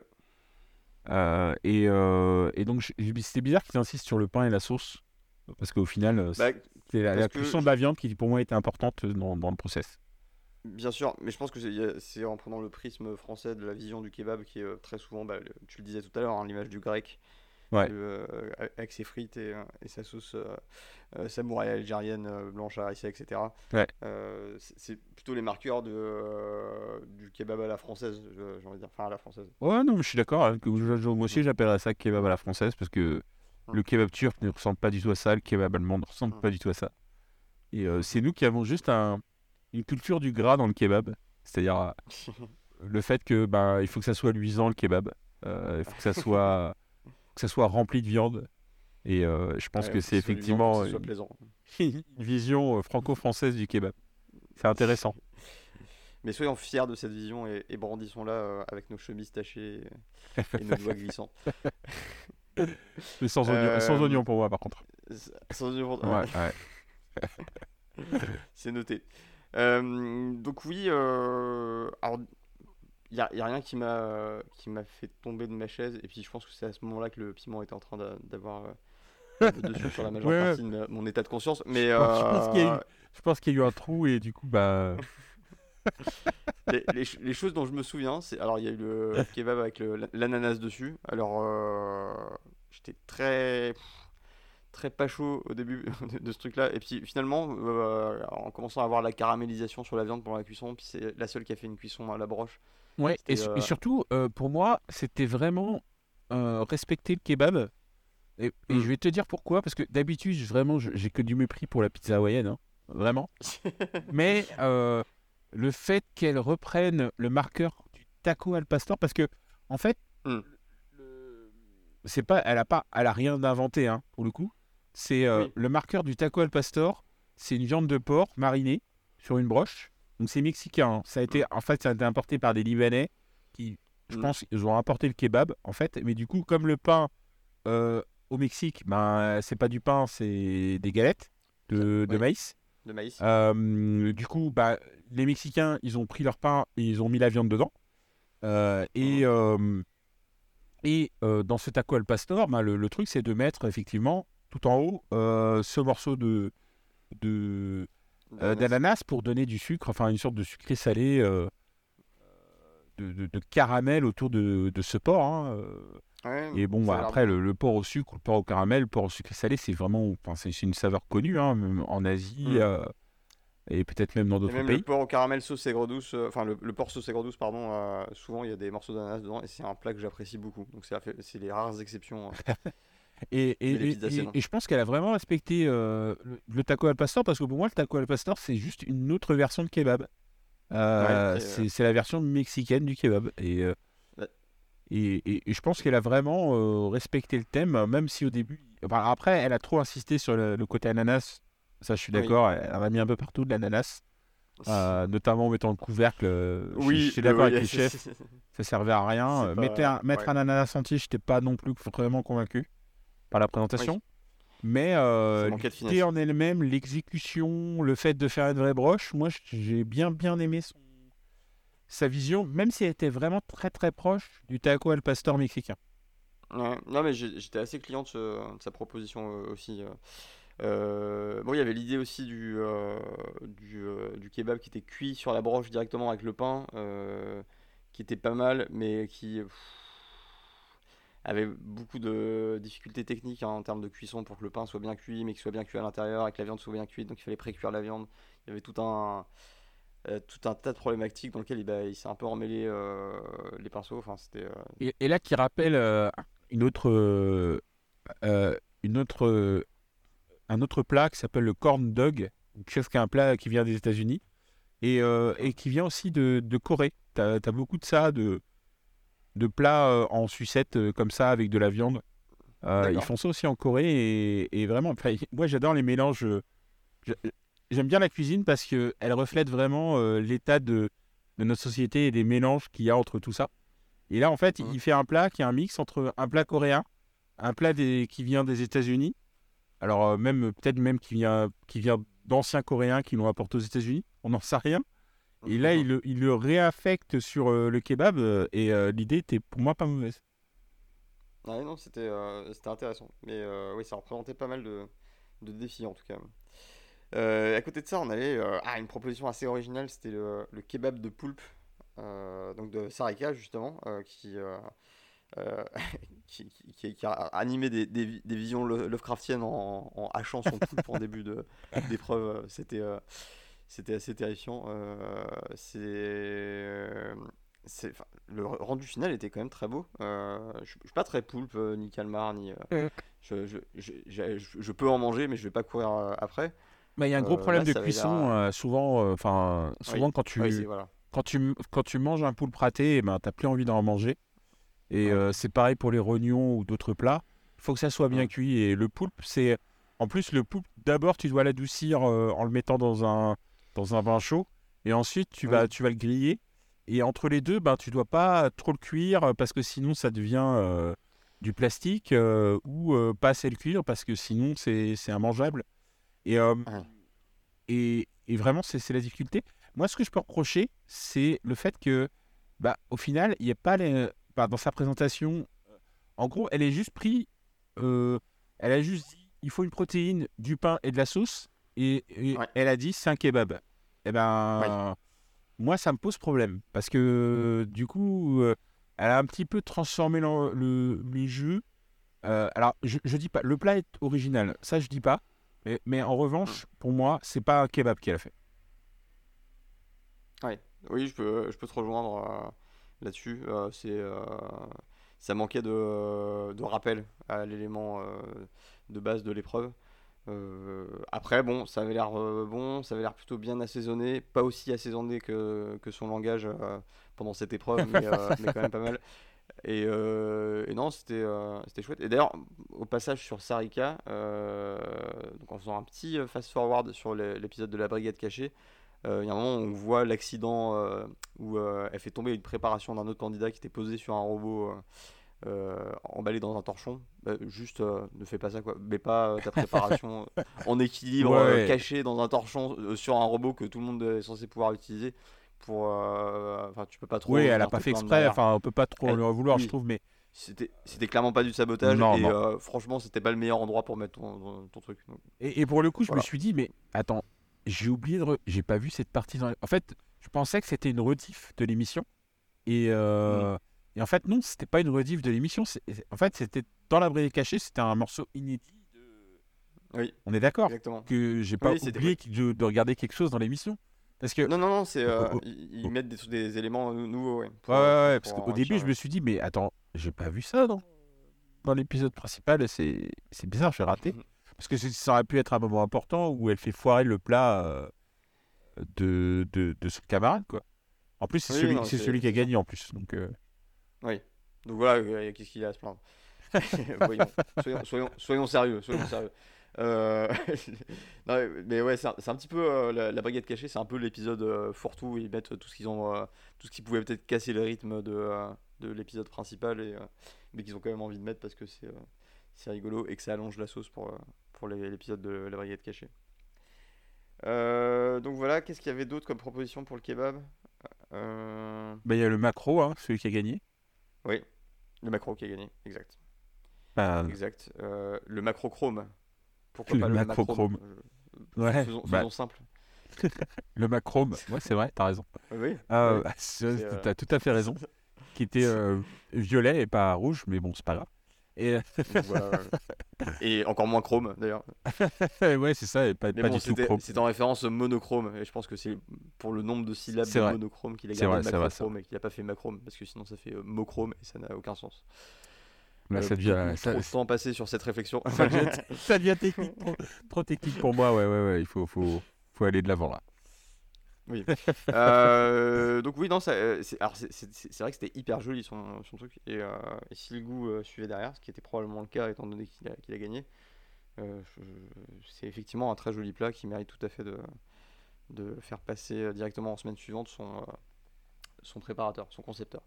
Euh, et, euh, et donc, je- je- c'était bizarre qu'ils insistent sur le pain et la sauce, parce qu'au final, euh, bah, c'est la, parce la que cuisson de la viande qui, pour moi, était importante dans, dans le process. bien sûr, mais je pense que c'est il y a- c'est en prenant le prisme français de la vision du kebab qui est euh, très souvent, bah, le- tu le disais tout à l'heure, hein, l'image du grec, Ouais. le, euh, avec ses frites et, euh, et sa sauce euh, euh, samouraï algérienne, euh, blanche harissa, et cetera. Ouais. Euh, c'est c'est plutôt les marqueurs de, euh, du kebab à la française, je- j'ai envie de dire, enfin à la française. Ouais, non, mais je suis d'accord. Hein, que je- je- moi Mm, aussi, j'appellerais ça kebab à la française, parce que mm, le kebab turc ne ressemble pas du tout à ça, le kebab allemand ne ressemble mm. pas du tout à ça. Et euh, c'est nous qui avons juste un, une culture du gras dans le kebab. C'est-à-dire euh, le fait que ben, il faut que ça soit luisant le kebab. Euh, il faut que ça soit, que ça soit rempli de viande. Et euh, je pense Ouais, que faut que c'est ce soit luisant pour que effectivement ce soit une, plaisant. une vision euh, franco-française du kebab. C'est intéressant. Mais soyons fiers de cette vision et, et brandissons-la euh, avec nos chemises tachées et, et nos doigts glissants. Mais sans oignon, sans Euh, oignon pour moi, par contre. sans ouais, Ouais, ouais. c'est noté. Euh, donc oui, euh, alors il n'y a, y a rien qui m'a qui m'a fait tomber de ma chaise et puis je pense que c'est à ce moment-là que le piment était en train d'a- d'avoir euh, le dessus sur la majeure Ouais, ouais. partie de ma- mon état de conscience. Mais Je pense, je pense qu'il y a euh, eu, je pense qu'il y a eu un trou et du coup, bah. les, les ch- les choses dont je me souviens, c'est alors il y a eu le kebab avec le- l'ananas dessus. Alors euh, j'étais très très pas chaud au début de, de ce truc-là. Et puis finalement, euh, en commençant à voir la caramélisation sur la viande pendant la cuisson, puis c'est la seule qui a fait une cuisson à la broche. Ouais, et, C'était su- et euh, surtout, euh, pour moi, c'était vraiment euh, respecter le kebab. Et, et hmm. je vais te dire pourquoi, parce que d'habitude, je- vraiment, je- j'ai que du mépris pour la pizza hawaïenne, hein, vraiment. Mais euh, le fait qu'elle reprenne le marqueur du taco al pastor, parce que, en fait, Hmm. le- c'est pas, elle a pas, elle a rien inventé, hein, pour le coup. C'est euh, Oui. le marqueur du taco al pastor, c'est une viande de porc marinée sur une broche. Donc c'est mexicain, hein. Ça a été, Hmm. en fait, ça a été importé par des Libanais qui, je Hmm. pense, ils ont importé le kebab, en fait. Mais du coup, comme le pain euh, au Mexique, ben, c'est pas du pain, c'est des galettes Ça- de, de oui, maïs. de maïs. Euh, du coup, bah, les Mexicains, ils ont pris leur pain et ils ont mis la viande dedans. Euh, et Mhm. euh, et euh, dans ce taco al pastor, bah, le, le truc, c'est de mettre effectivement tout en haut euh, ce morceau de, de, euh, D'ananas. d'ananas pour donner du sucre, enfin une sorte de sucré salé, euh, de, de- de caramel autour de, de ce porc, hein, euh. Ouais, Et bon, ça bah, a l'air après, bon. le, le porc au sucre, le porc au caramel, le porc au sucré salé, c'est vraiment, enfin, c'est c'est une saveur connue, hein, même en Asie Hmm. euh, et peut-être même dans Et d'autres même le pays. porc au caramel sauce aigre douce, euh, enfin le, le porc sauce aigre douce, pardon, euh, souvent il y a des morceaux d'ananas dedans et c'est un plat que j'apprécie beaucoup. Donc c'est la fait- c'est les rares exceptions. euh. Et, et, Mais les et, pizzas, c'est et- non. et je pense qu'elle a vraiment respecté euh, le, le taco al pastor parce que pour moi, le taco al pastor, c'est juste une autre version de kebab. Ouais, Euh, et, euh, c'est c'est la version mexicaine du kebab. Et, euh, bah, et, et- et je pense qu'elle a vraiment euh, respecté le thème, euh, même si au début. Enfin, après, elle a trop insisté sur le, le côté ananas. Ça, je suis oui. d'accord. Elle en a mis un peu partout de l'ananas, euh, notamment en mettant le couvercle. euh, Je, je Oui, suis le, d'accord avec oui, les c'est chefs. Ça servait à rien. c'est Euh, mettez pas. un- mettre Ouais, un ananas entier, je n'étais pas non plus vraiment convaincu par la oui, présentation. Mais ça euh, manquait de l'idée finesse. en elle-même, l'exécution, le fait de faire une vraie broche, moi j'ai bien bien aimé son- sa vision, même si elle était vraiment très très proche du taco al pastor mexicain. Ouais. Non, mais j'ai- j'étais assez client de, ce- de sa proposition euh, aussi. euh. Euh, bon, il y avait l'idée aussi du, euh, du, euh, du kebab qui était cuit sur la broche directement avec le pain, euh, qui était pas mal, mais qui pff, avait beaucoup de difficultés techniques hein, en termes de cuisson pour que le pain soit bien cuit, mais qu'il soit bien cuit à l'intérieur et que la viande soit bien cuite. Donc il fallait pré-cuire la viande. Il y avait tout un, euh, tout un tas de problématiques dans lesquelles il, bah, il s'est un peu emmêlé euh, les pinceaux. Enfin, c'était. euh, Et, et là qui rappelle euh, une autre, euh, euh, une autre, euh, un autre plat qui s'appelle le corn dog, quelque chose qui est un plat qui vient des États-Unis et, euh, et D'accord. qui vient aussi de, de Corée. T'as, as beaucoup de ça, de, de plats euh, en sucette euh, comme ça avec de la viande. Euh, ils D'accord. font ça aussi en Corée et, et vraiment, enfin, moi j'adore les mélanges. euh, je- J'aime bien la cuisine parce qu'elle reflète vraiment euh, l'état de, de notre société et des mélanges qu'il y a entre tout ça. Et là, en fait, Mhm. il fait un plat qui est un mix entre un plat coréen, un plat des- qui vient des États-Unis, alors euh, même peut-être même qui vient, qui vient d'anciens Coréens qui l'ont apporté aux États-Unis, on n'en sait rien. Et là, il, le- il le réaffecte sur euh, le kebab euh, et euh, l'idée était pour moi pas mauvaise. Ouais, non, c'était euh, c'était intéressant. Mais euh, oui, ça représentait pas mal de, de défis en tout cas. Euh, à côté de ça, on avait euh, ah, une proposition assez originale, c'était le, le kebab de poulpe, euh, donc de Sarika justement, euh, qui, euh, euh, qui, qui- qui- qui a animé des, des vi- des visions lo- Lovecraftiennes en, en hachant son poulpe en début de, d'épreuve. C'était euh, c'était assez terrifiant. Euh, c'est, euh, c'est, enfin, le rendu final était quand même très beau. Euh, je, je suis pas très poulpe, euh, ni calmar, ni. euh, Mm. je, je, je, je- je- je peux en manger, mais je vais pas courir euh, après. Bah, il y a un gros Euh, problème là, de ça avait cuisson, l'air. euh, souvent, euh, enfin, Oui, souvent quand oui, c'est tu, voilà. quand tu, quand tu manges un poulpe raté, eh ben, t'as plus envie d'en manger. Et Ouais. euh, c'est pareil pour les rognons ou d'autres plats. Il faut que ça soit bien Mm. cuit. Et le poulpe, c'est. En plus, le poulpe, d'abord, tu dois l'adoucir euh, en le mettant dans un, dans un vin chaud. Et ensuite, tu vas, Oui. tu vas le griller. Et entre les deux, ben, tu dois pas trop le cuire euh, parce que sinon, ça devient euh, du plastique euh, ou euh, pas assez le cuire parce que sinon, c'est, c'est immangeable. Et, euh, Ouais. et, et vraiment, c'est, c'est la difficulté. Moi, ce que je peux reprocher, c'est le fait que, bah, au final, il n'y a pas les, bah, dans sa présentation en gros, elle est juste pris. euh, Elle a juste dit il faut une protéine, du pain et de la sauce. Et, et Ouais. elle a dit c'est un kebab. Eh Oui. ben, moi, ça me pose problème. Parce que du coup, euh, elle a un petit peu transformé le, le, les jeux. Euh, alors, je, je dis pas, le plat est original. Ça, je dis pas. Mais, mais en Mm. revanche, pour moi, c'est pas un kebab qu'elle a fait. Ouais. Oui, je peux, je peux te rejoindre euh, là-dessus. Euh, c'est, euh, ça manquait de, de rappel à l'élément euh, de base de l'épreuve. Euh, après, bon, ça avait l'air euh, bon, ça avait l'air plutôt bien assaisonné, pas aussi assaisonné que, que son langage euh, pendant cette épreuve, mais, euh, mais quand même pas mal. Et, euh, et non, c'était euh, c'était chouette. Et d'ailleurs, au passage sur Sarika, euh, donc en faisant un petit fast-forward sur l'é- l'épisode de la brigade cachée, euh, il y a un moment où on voit l'accident euh, où euh, elle fait tomber une préparation d'un autre candidat qui était posé sur un robot. euh, euh, emballé dans un torchon, bah, juste euh, ne fais pas ça quoi. Mets pas euh, ta préparation euh, en équilibre euh, Ouais, caché dans un torchon euh, sur un robot que tout le monde est censé pouvoir utiliser pour. euh, Enfin, tu peux pas oui, trop elle a venir pas te fait plaindre exprès. derrière. Enfin, on peut pas trop Elle, lui en vouloir, je oui, trouve. Mais c'était c'était clairement pas du sabotage non, et non. euh, franchement, c'était pas le meilleur endroit pour mettre ton, ton, ton truc. Donc, Et, et pour le coup, je me voilà. suis dit, mais attends, j'ai oublié de. re- J'ai pas vu cette partie dans. En fait, je pensais que c'était une rediff de l'émission. Et, Mm. euh, et en fait, non, c'était pas une rediff de l'émission. c'est- En fait, c'était dans la brigade cachée, c'était un morceau inédit. de- Oui, On est d'accord exactement. que j'ai pas Oui, c'était. Oui. oublié que- de, de regarder quelque chose dans l'émission. Parce que. Non, non, non, c'est Oh, euh, oh, ils, ils oh. mettent des, des éléments nou- nouveaux ouais, Ouais, ouais, pour, euh, pour, ouais, parce pour qu'au enrichir début, je le. me suis dit, mais attends, j'ai pas vu ça, non? dans l'épisode principal, c'est, c'est bizarre, j'ai raté. Parce que c'est- ça aurait pu être un moment important où elle fait foirer le plat euh, de, de, de son camarade, quoi. En plus, c'est Oui, celui, non, c'est c'est celui qui a c'est sûr. gagné en plus. Donc, euh, Oui. Donc voilà, euh, qu'est-ce qu'il a à se plaindre? Voyons, soyons, soyons, soyons sérieux, soyons sérieux. Euh, non, mais ouais, c'est un, c'est un petit peu euh, la, la brigade cachée, c'est un peu l'épisode euh, fourre-tout où ils mettent tout ce qu'ils ont, euh, tout ce qui pouvait peut-être casser le rythme de, euh, de l'épisode principal, et, euh, mais qu'ils ont quand même envie de mettre parce que c'est euh, c'est rigolo et que ça allonge la sauce pour, euh, pour les- l'épisode de la brigade cachée. Euh, donc voilà, qu'est-ce qu'il y avait d'autre comme proposition pour le kebab? Euh, bah, il y a le macro, hein, celui qui a gagné. Oui, le macro qui a gagné, exact. Bah, Exact. Euh, le macrochrome. Pourquoi le pas le macrome? macrochrome. Euh, Ouais, faisons, bah, faisons simple. le macrome. Ouais, c'est vrai, t'as raison. Oui, oui, bah Euh, oui. c'est- C'est, euh, t'as tout à fait raison. Qui était c'est- euh, violet et pas rouge, mais bon, c'est pas grave. Et voilà. Ouais. Et encore moins chrome d'ailleurs. ouais, c'est ça, et pas, Mais pas bon, du tout c'était chrome. c'était en référence au monochrome. Et je pense que c'est pour le nombre de syllabes C'est de vrai, monochrome qu'il a c'est gardé vrai, le c'est vrai, c'est vrai. macrochrome et qu'il n'a pas fait macrome. Parce que sinon ça fait euh, mochrome et ça n'a aucun sens. Là, Euh, ça devient, beaucoup ça, trop de temps passé sur cette réflexion. ça devient, ça devient technique, trop, trop technique pour moi. Ouais, ouais, ouais, il faut, faut, faut aller de l'avant là. Oui. Euh, donc oui, non, ça, euh, c'est, alors c'est, c'est- c'est- c'est vrai que c'était hyper joli son, son truc. Et, euh, et si le goût euh, suivait derrière, ce qui était probablement le cas étant donné qu'il a, qu'il a gagné, euh, je- c'est effectivement un très joli plat qui mérite tout à fait de, de faire passer euh, directement en semaine suivante son, euh, son préparateur, son concepteur.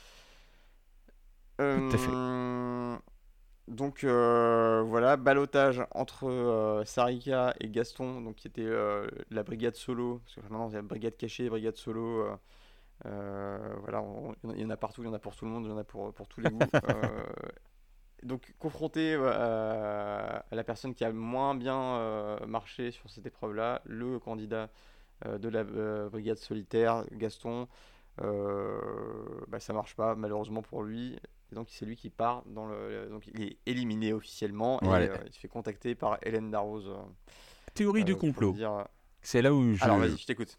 Tout à fait. Euh, donc euh, voilà, ballottage entre euh, Sarika et Gaston, donc qui était euh, la brigade solo, parce que maintenant il y a brigade cachée, brigade solo. euh, Euh, voilà, on- il y en a- il y en a partout, il y en a pour tout le monde, il y en a pour, pour tous les goûts. Euh, donc confronté euh, à, à la personne qui a le moins bien euh, marché sur cette épreuve-là, le candidat euh, de la euh, brigade solitaire, Gaston, euh, bah, ça marche pas malheureusement pour lui. Et donc c'est lui qui part dans le, donc il est éliminé officiellement et Ouais. euh, il se fait contacter par Hélène Darroze euh, Théorie du euh, pour lui complot. dire. euh, C'est là où Alors je. vas-y, je t'écoute.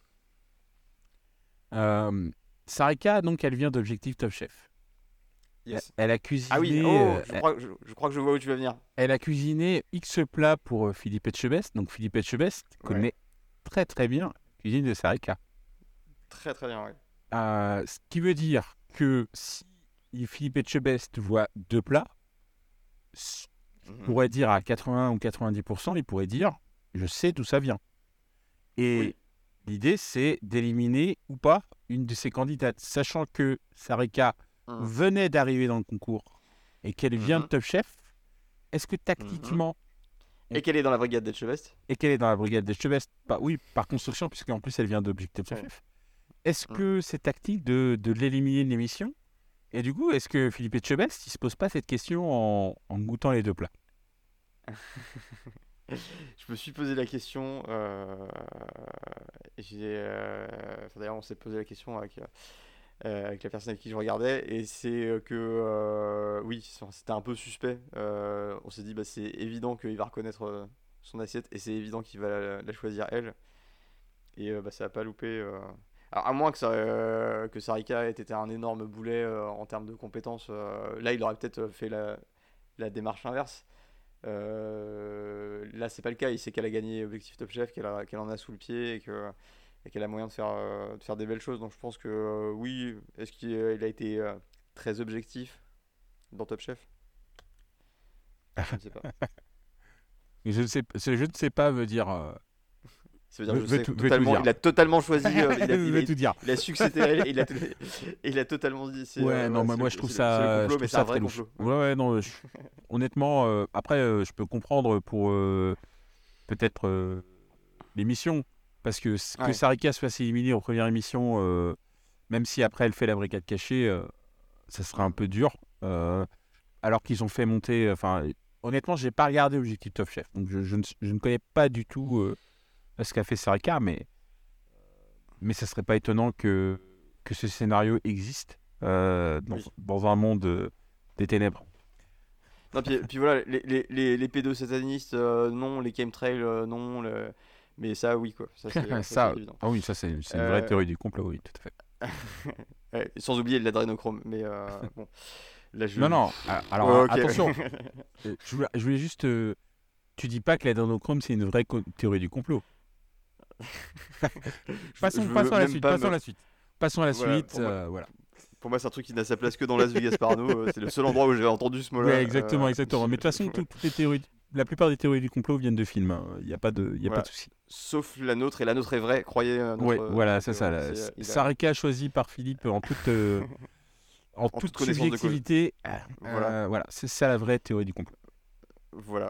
Euh, Sarika, donc, elle vient d'Objectif Top Chef. Elle, Yes. elle a Ah oui, cuisiné, oh, euh, je elle, crois, je, je crois que je vois où tu vas venir. elle a cuisiné X plats pour euh, Philippe Etchebest. Donc, Philippe Etchebest Ouais. connaît très très bien la cuisine de Sarika. Très très bien, oui. Euh, ce qui veut dire que si Philippe Etchebest voit deux plats, s- il Mhm. pourrait dire à quatre-vingts ou quatre-vingt-dix pour cent, il pourrait dire je sais d'où ça vient. Oui. Et l'idée, c'est d'éliminer ou pas une de ces candidates, sachant que Sarika Mhm. venait d'arriver dans le concours et qu'elle vient de Mhm. Top Chef. Est-ce que Mhm. tactiquement, Et qu'elle est dans la brigade d'Etchebest. et qu'elle est dans la brigade d'Etchebest, bah oui, par construction, puisqu'en plus elle vient d'Objectif Top Ouais. Chef, est-ce Mhm. que c'est tactique de, de l'éliminer de l'émission? Et du coup, est-ce que Philippe Etchebest, il se pose pas cette question en, en goûtant les deux plats? Je me suis posé la question. euh, j'ai, euh, enfin, d'ailleurs, on s'est posé la question avec, euh, avec la personne avec qui je regardais. Et c'est euh, que, euh, oui, c'était un peu suspect. Euh, on s'est dit, bah, c'est évident qu'il va reconnaître euh, son assiette. Et c'est évident qu'il va la, la choisir elle. Et euh, bah, ça a pas loupé. euh. Alors, à moins que, ça, euh, que Sarika ait été un énorme boulet euh, en termes de compétences. euh, là, il aurait peut-être fait la, la démarche inverse. Euh, là, c'est pas le cas. Il sait qu'elle a gagné Objectif Top Chef, qu'elle a- qu'elle en a sous le pied et que et qu'elle a moyen de faire, euh, de faire des belles choses. Donc, je pense que euh, oui. Est-ce qu'il euh, il a été euh, très objectif dans Top Chef? Je ne sais pas. Mais je ne sais, ce je ne sais pas veut dire. euh, Ça veut dire, veut, je veut sais tout, veut tout totalement. dire. Il a totalement choisi. euh, il, a, il a- veut tout dire. il a su que c'était elle. Il a, il a totalement dit. C'est Ouais, euh, non, ouais, mais c'est moi le, je trouve c'est le- c'est le ça, je complot, mais trouve c'est un ça vrai très louche. complot. Ouais. Ouais, ouais, non, je- honnêtement, euh, après, euh, je peux comprendre pour euh, peut-être euh, l'émission, parce que c- que Ouais. Sarika se fasse éliminer en première émission, euh, même si après elle fait la brigade cachée, euh, ça sera un Mm. peu dur. euh, alors qu'ils ont fait monter, enfin, honnêtement, j'ai pas regardé Objectif Top Chef, donc je, je ne, je ne connais pas du tout euh, ce qu'a fait Sarika, mais mais ça serait pas étonnant que que ce scénario existe euh, dans, Oui. dans un monde euh, des ténèbres. Non, puis, puis voilà, les, les, les, les pédosatanistes, euh, non, les chemtrails, euh, non, le- mais ça, oui, quoi. Ça, c'est, ça, c'est Ça, évident. ah oui, ça c'est c'est une vraie Euh, théorie du complot, oui, tout à fait. ouais, sans oublier l'adrénochrome, mais euh, bon. Là, je... Non, non, a- alors Ouais, ok. attention, euh, je voulais, je voulais juste. euh, tu dis pas que l'adénochrome, c'est une vraie co- théorie du complot. je, je Passons, veux passons à la même suite, pas passons à me. la suite. Passons à la Voilà, suite, pour moi, euh, voilà. pour moi c'est un truc qui n'a sa place que dans Las Vegas Parano. euh, c'est le seul endroit où j'ai entendu ce Ouais, mot-là. exactement, euh, exactement. Mais de toute façon, tout- toutes les théories, la plupart des théories du complot viennent de films. hein. Il n'y a pas de, il y a pas Voilà. de souci. Sauf la nôtre, et la nôtre est vraie, croyez euh, Ouais, notre. voilà, Donc, c'est ça. euh, Là. c'est, euh, il a... Sarika choisi par Philippe en toute, euh, en En toute toute connaissance de cause. subjectivité. Voilà. Euh, voilà, c'est ça la vraie théorie du complot. Voilà.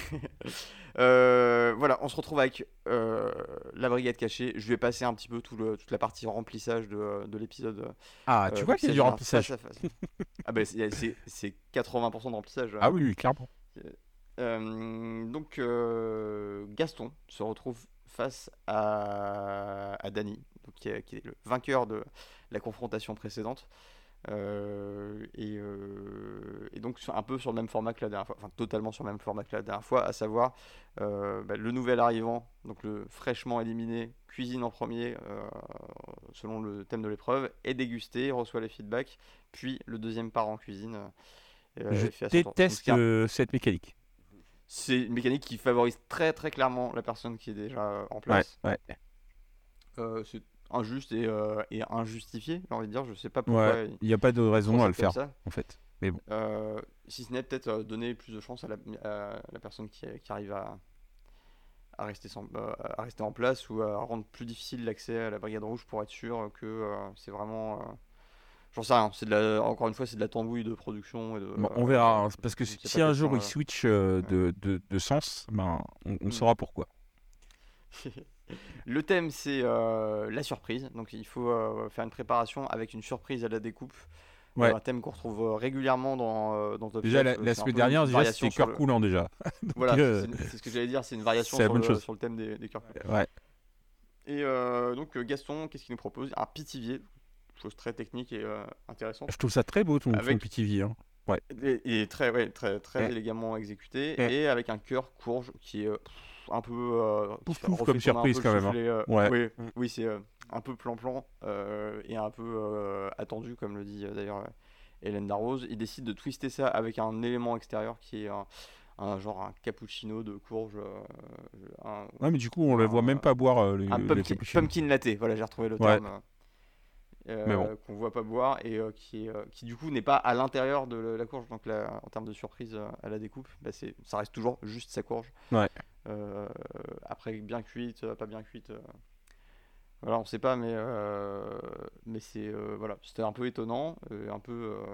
Euh, voilà, on se retrouve avec euh, la brigade cachée. Je vais passer un petit peu tout le, toute la partie remplissage de, de l'épisode. Ah, tu Euh, vois donc qu'il y a il du s'agira remplissage. face à face. Ah ben c'est c'est- c'est quatre-vingts pour cent de remplissage. Ah hein. oui, oui, clairement. Euh, donc euh, Gaston se retrouve face à, à Danny, donc, qui, est, qui est le vainqueur de la confrontation précédente. Euh, et, euh, et donc sur- un peu sur le même format que la dernière fois, enfin totalement sur le même format que la dernière fois, à savoir euh, bah, le nouvel arrivant, donc le fraîchement éliminé, cuisine en premier euh, selon le thème de l'épreuve, est dégusté, reçoit les feedbacks, puis le deuxième part en cuisine euh, Je et fait à son tour. Donc, déteste c'est un- euh, cette mécanique. c'est une mécanique qui favorise très très clairement la personne qui est déjà euh, en Ouais, place. ouais, Euh, c'est injuste et, euh, et injustifié, j'ai envie de dire. Je sais pas ouais. pourquoi ils Il n'y a pas de raison à le procèdent comme faire, ça. en fait. Mais bon. Euh, si ce n'est peut-être euh, donner plus de chance à la, à la personne qui, qui arrive à, à, rester sans, euh, à rester en place ou à rendre plus difficile l'accès à la brigade rouge pour être sûr que euh, c'est vraiment. Euh, j'en sais rien. C'est de la, encore une fois, c'est de la tambouille de production. Et de, Bon, on euh, verra. hein, parce que je ne si sais si pas un quels jour sont. il euh, switch euh, ouais. de, de, de sens, ben, on, on Hmm. saura pourquoi. Le thème, c'est euh, la surprise. Donc, il faut euh, faire une préparation avec une surprise à la découpe. Euh, Ouais. un thème qu'on retrouve euh, régulièrement dans, euh, dans Top Déjà, Chef. la, Euh, la c'est un semaine peu une dernière, déjà, variation c'était sur cœur le. coulant déjà. Donc, Voilà, euh, c'est c'est ce que j'allais dire. C'est une variation c'est la sur bonne le, chose. sur le thème des, des cœurs coulants. Ouais. Et euh, donc, euh, Gaston, qu'est-ce qu'il nous propose? Un pitivier, chose très technique et euh, intéressante. Je trouve ça très beau ton, ton Avec. P T V. Hein. Ouais. Et, et très, ouais, très, très Ouais. élégamment exécuté. Ouais. Et avec un cœur courge qui est euh, pff, un peu. Euh, qui Pouf fait- pouf refait comme tourner un peu surprise le quand même. Hein. soufflet. euh, Ouais. oui, oui c'est euh, un peu plan-plan euh, et un peu euh, attendu, comme le dit euh, d'ailleurs euh, Hélène Darroze. Il décide de twister ça avec un élément extérieur qui est un, un genre un cappuccino de courge. euh, un, Ouais, mais du coup, on ne le voit un, même pas boire euh, le, un le pumpkin, cappuccino. pumpkin latte. Voilà, j'ai retrouvé le Ouais. terme. Mais bon. Euh, qu'on voit pas boire et euh, qui, est, euh, qui du coup n'est pas à l'intérieur de la, la courge. Donc là, en termes de surprise euh, à la découpe, bah, c'est, ça reste toujours juste sa courge. Ouais. Euh, après, bien cuite, euh, pas bien cuite. euh, Voilà, on sait pas, mais, euh, mais c'est, euh, voilà, c'était un peu étonnant, euh, un peu. euh,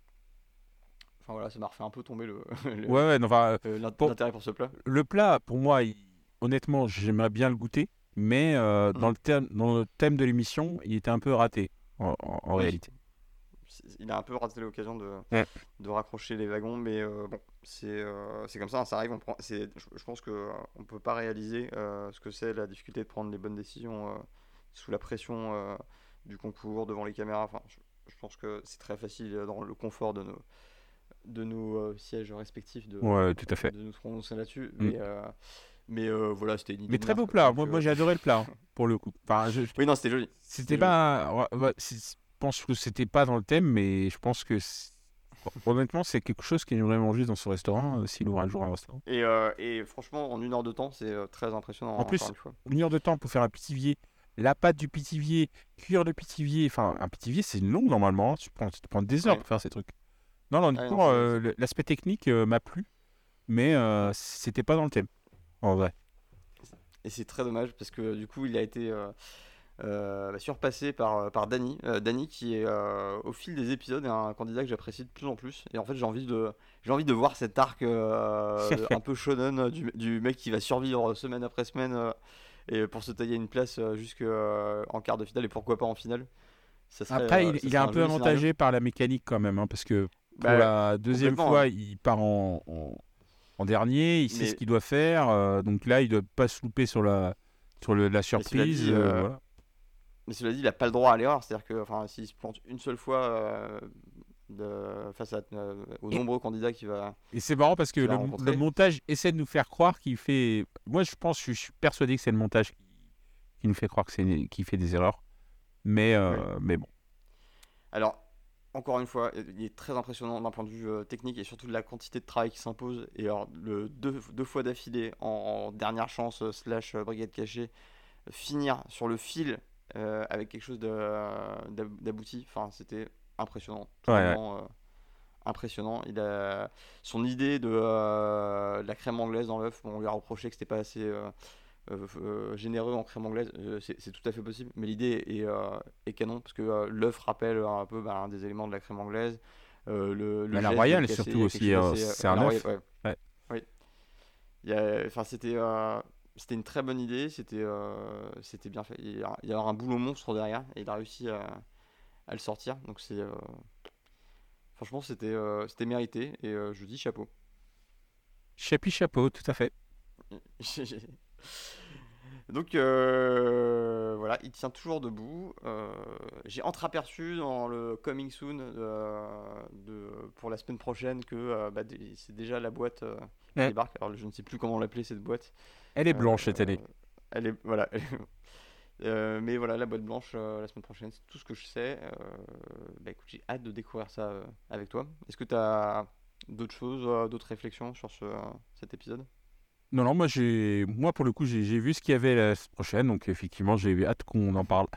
Enfin voilà, ça m'a refait un peu tomber le, le- Ouais, ouais. non, Enfin, euh, l'int- pour, l'intérêt pour ce plat. le plat, pour moi, il- honnêtement, j'aimerais bien le goûter. Mais euh, dans, Mm. le thème, dans le thème de l'émission, il était un peu raté, en, en- en Oui. réalité. C'est- Il a un peu raté l'occasion de, Ouais. de raccrocher les wagons, mais euh, bon, c'est euh, c'est comme ça, hein, ça arrive. On prend, c'est, je, je pense qu'on ne peut pas réaliser euh, ce que c'est la difficulté de prendre les bonnes décisions euh, sous la pression euh, du concours, devant les caméras. Enfin, je, je pense que c'est très facile euh, dans le confort de nos, de nos euh, sièges respectifs de, Ouais, tout à fait. de nous prononcer là-dessus. Mm. Mais, euh, mais euh, voilà, c'était une idée Mais de très merde, beau quoi. plat. Donc, Moi, moi euh, j'ai adoré le plat, hein, pour le coup. Enfin, je, oui, non, c'était joli. c'était C'était joli. pas. Ouais, ouais, c'est- je pense que c'était pas dans le thème, mais je pense que c'est- honnêtement, c'est quelque chose qu'il aimerait manger dans son restaurant euh, s'il ouvre un jour un restaurant. Et, euh, et franchement, en une heure de temps, c'est euh, très impressionnant, En plus, encore une fois. une heure de temps pour faire un pitivier, la pâte du pitivier, cuire le pitivier. Enfin, un pitivier, c'est long normalement. hein. Tu prends, tu te prends des heures Ouais. pour faire ces trucs. Non, non, Ah, non, honnêtement, c'est- euh, le- l'aspect technique euh, m'a plu, mais euh, c'était pas dans le thème, en vrai. Et c'est très dommage parce que du coup, il a été euh, euh, bah, surpassé par, euh, par Danny. Euh, Danny qui est euh, au fil des épisodes est un candidat que j'apprécie de plus en plus. Et en fait, j'ai envie de, j'ai envie de voir cet arc euh, de- un peu shonen euh, du, du mec qui va survivre semaine après semaine euh, et pour se tailler une place euh, jusqu'en quart de finale et pourquoi pas en finale. Ça serait, Après, euh, il, ça il est serait un un peu joli scénario. avantagé par la mécanique quand même, hein, parce que pour Bah, la deuxième complètement, fois, hein. il part en, en- en dernier, il sait Mais- ce qu'il doit faire, euh, donc là, il doit pas se louper sur la, sur le- la cela surprise. dit, euh, euh, voilà. Mais cela dit, il n'a pas le droit à l'erreur. C'est-à-dire que enfin, s'il se plante une seule fois euh, de- face à, euh, aux Et- nombreux candidats qu'il va. Et c'est marrant parce que qu'il va le, rencontrer. le montage essaie de nous faire croire qu'il fait. Moi, je pense, je suis persuadé que c'est le montage qui, qui nous fait croire que c'est qu'il fait des erreurs, mais euh, Oui. mais bon. Alors, encore une fois, il est très impressionnant d'un point de vue euh, technique et surtout de la quantité de travail qui s'impose. Et alors, le deux, deux fois d'affilée en, en dernière chance euh, slash euh, brigade cachée, euh, finir sur le fil euh, avec quelque chose de, d'ab- d'abouti, enfin, c'était impressionnant. Tout Ouais, ouais. bonnement, euh, impressionnant. Il a son idée de euh, la crème anglaise dans l'œuf. Bon, on lui a reproché que c'était pas assez euh, euh, euh, généreux en crème anglaise. Euh, c'est, c'est tout à fait possible, mais l'idée est, euh, est canon parce que euh, l'œuf rappelle un peu bah, un des éléments de la crème anglaise. Euh, le, le Mais la geste de le Royale, casser, surtout il y a quelque aussi, chose euh, d'assez. c'est euh, un la Royale, œuf. ouais. Ouais. Oui. Il y a- Enfin, c'était, euh, c'était une très bonne idée. C'était, euh, c'était bien fait. Il y a, il y a un boulot monstre derrière et il a réussi à, à le sortir. Donc c'est, euh, franchement, c'était, euh, c'était mérité et euh, je dis chapeau. Chapi chapeau, tout à fait. Donc euh, voilà, il tient toujours debout. Euh, j'ai entreaperçu dans le coming soon euh, de, pour la semaine prochaine que euh, bah, des- c'est déjà la boîte euh, qui Ouais. débarque. Alors je ne sais plus comment l'appeler cette boîte. Elle est Euh, blanche cette année. elle est voilà. Euh, mais voilà, la boîte blanche euh, la semaine prochaine, c'est tout ce que je sais. Euh, bah écoute, j'ai hâte de découvrir ça euh, avec toi. Est-ce que tu as d'autres choses, euh, d'autres réflexions sur ce, euh, cet épisode? Non, non, moi, j'ai, moi pour le coup, j'ai j'ai vu ce qu'il y avait la semaine prochaine, donc effectivement, j'ai hâte qu'on en parle.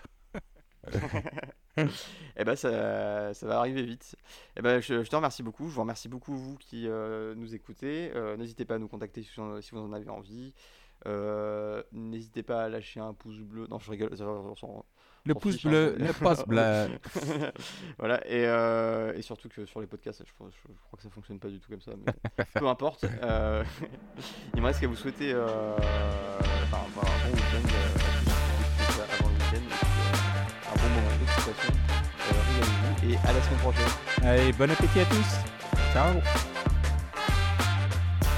Eh ben ça, ça va arriver vite. Eh ben je, je te remercie beaucoup. Je vous remercie beaucoup vous qui euh, nous écoutez. Euh, n'hésitez pas à nous contacter si, vous en- si vous en avez envie. Euh, n'hésitez pas à lâcher un pouce bleu. Non, je rigole. ça, on s'en- Le on s'en pouce fiche, hein, bleu, c'est- le pouce bleu. Voilà. Et, euh, et surtout que sur les podcasts, je, crois- je- je crois que ça fonctionne pas du tout comme ça. Mais peu importe. Euh, il me reste qu'à vous souhaiter euh, enfin, enfin, un bon week-end euh, à tous ceux qui écoutent ça avant le week-end. Et puis, euh, un bon moment d'occupation. Euh, régalez-vous et à la semaine prochaine. Allez, bon appétit à tous. Ciao.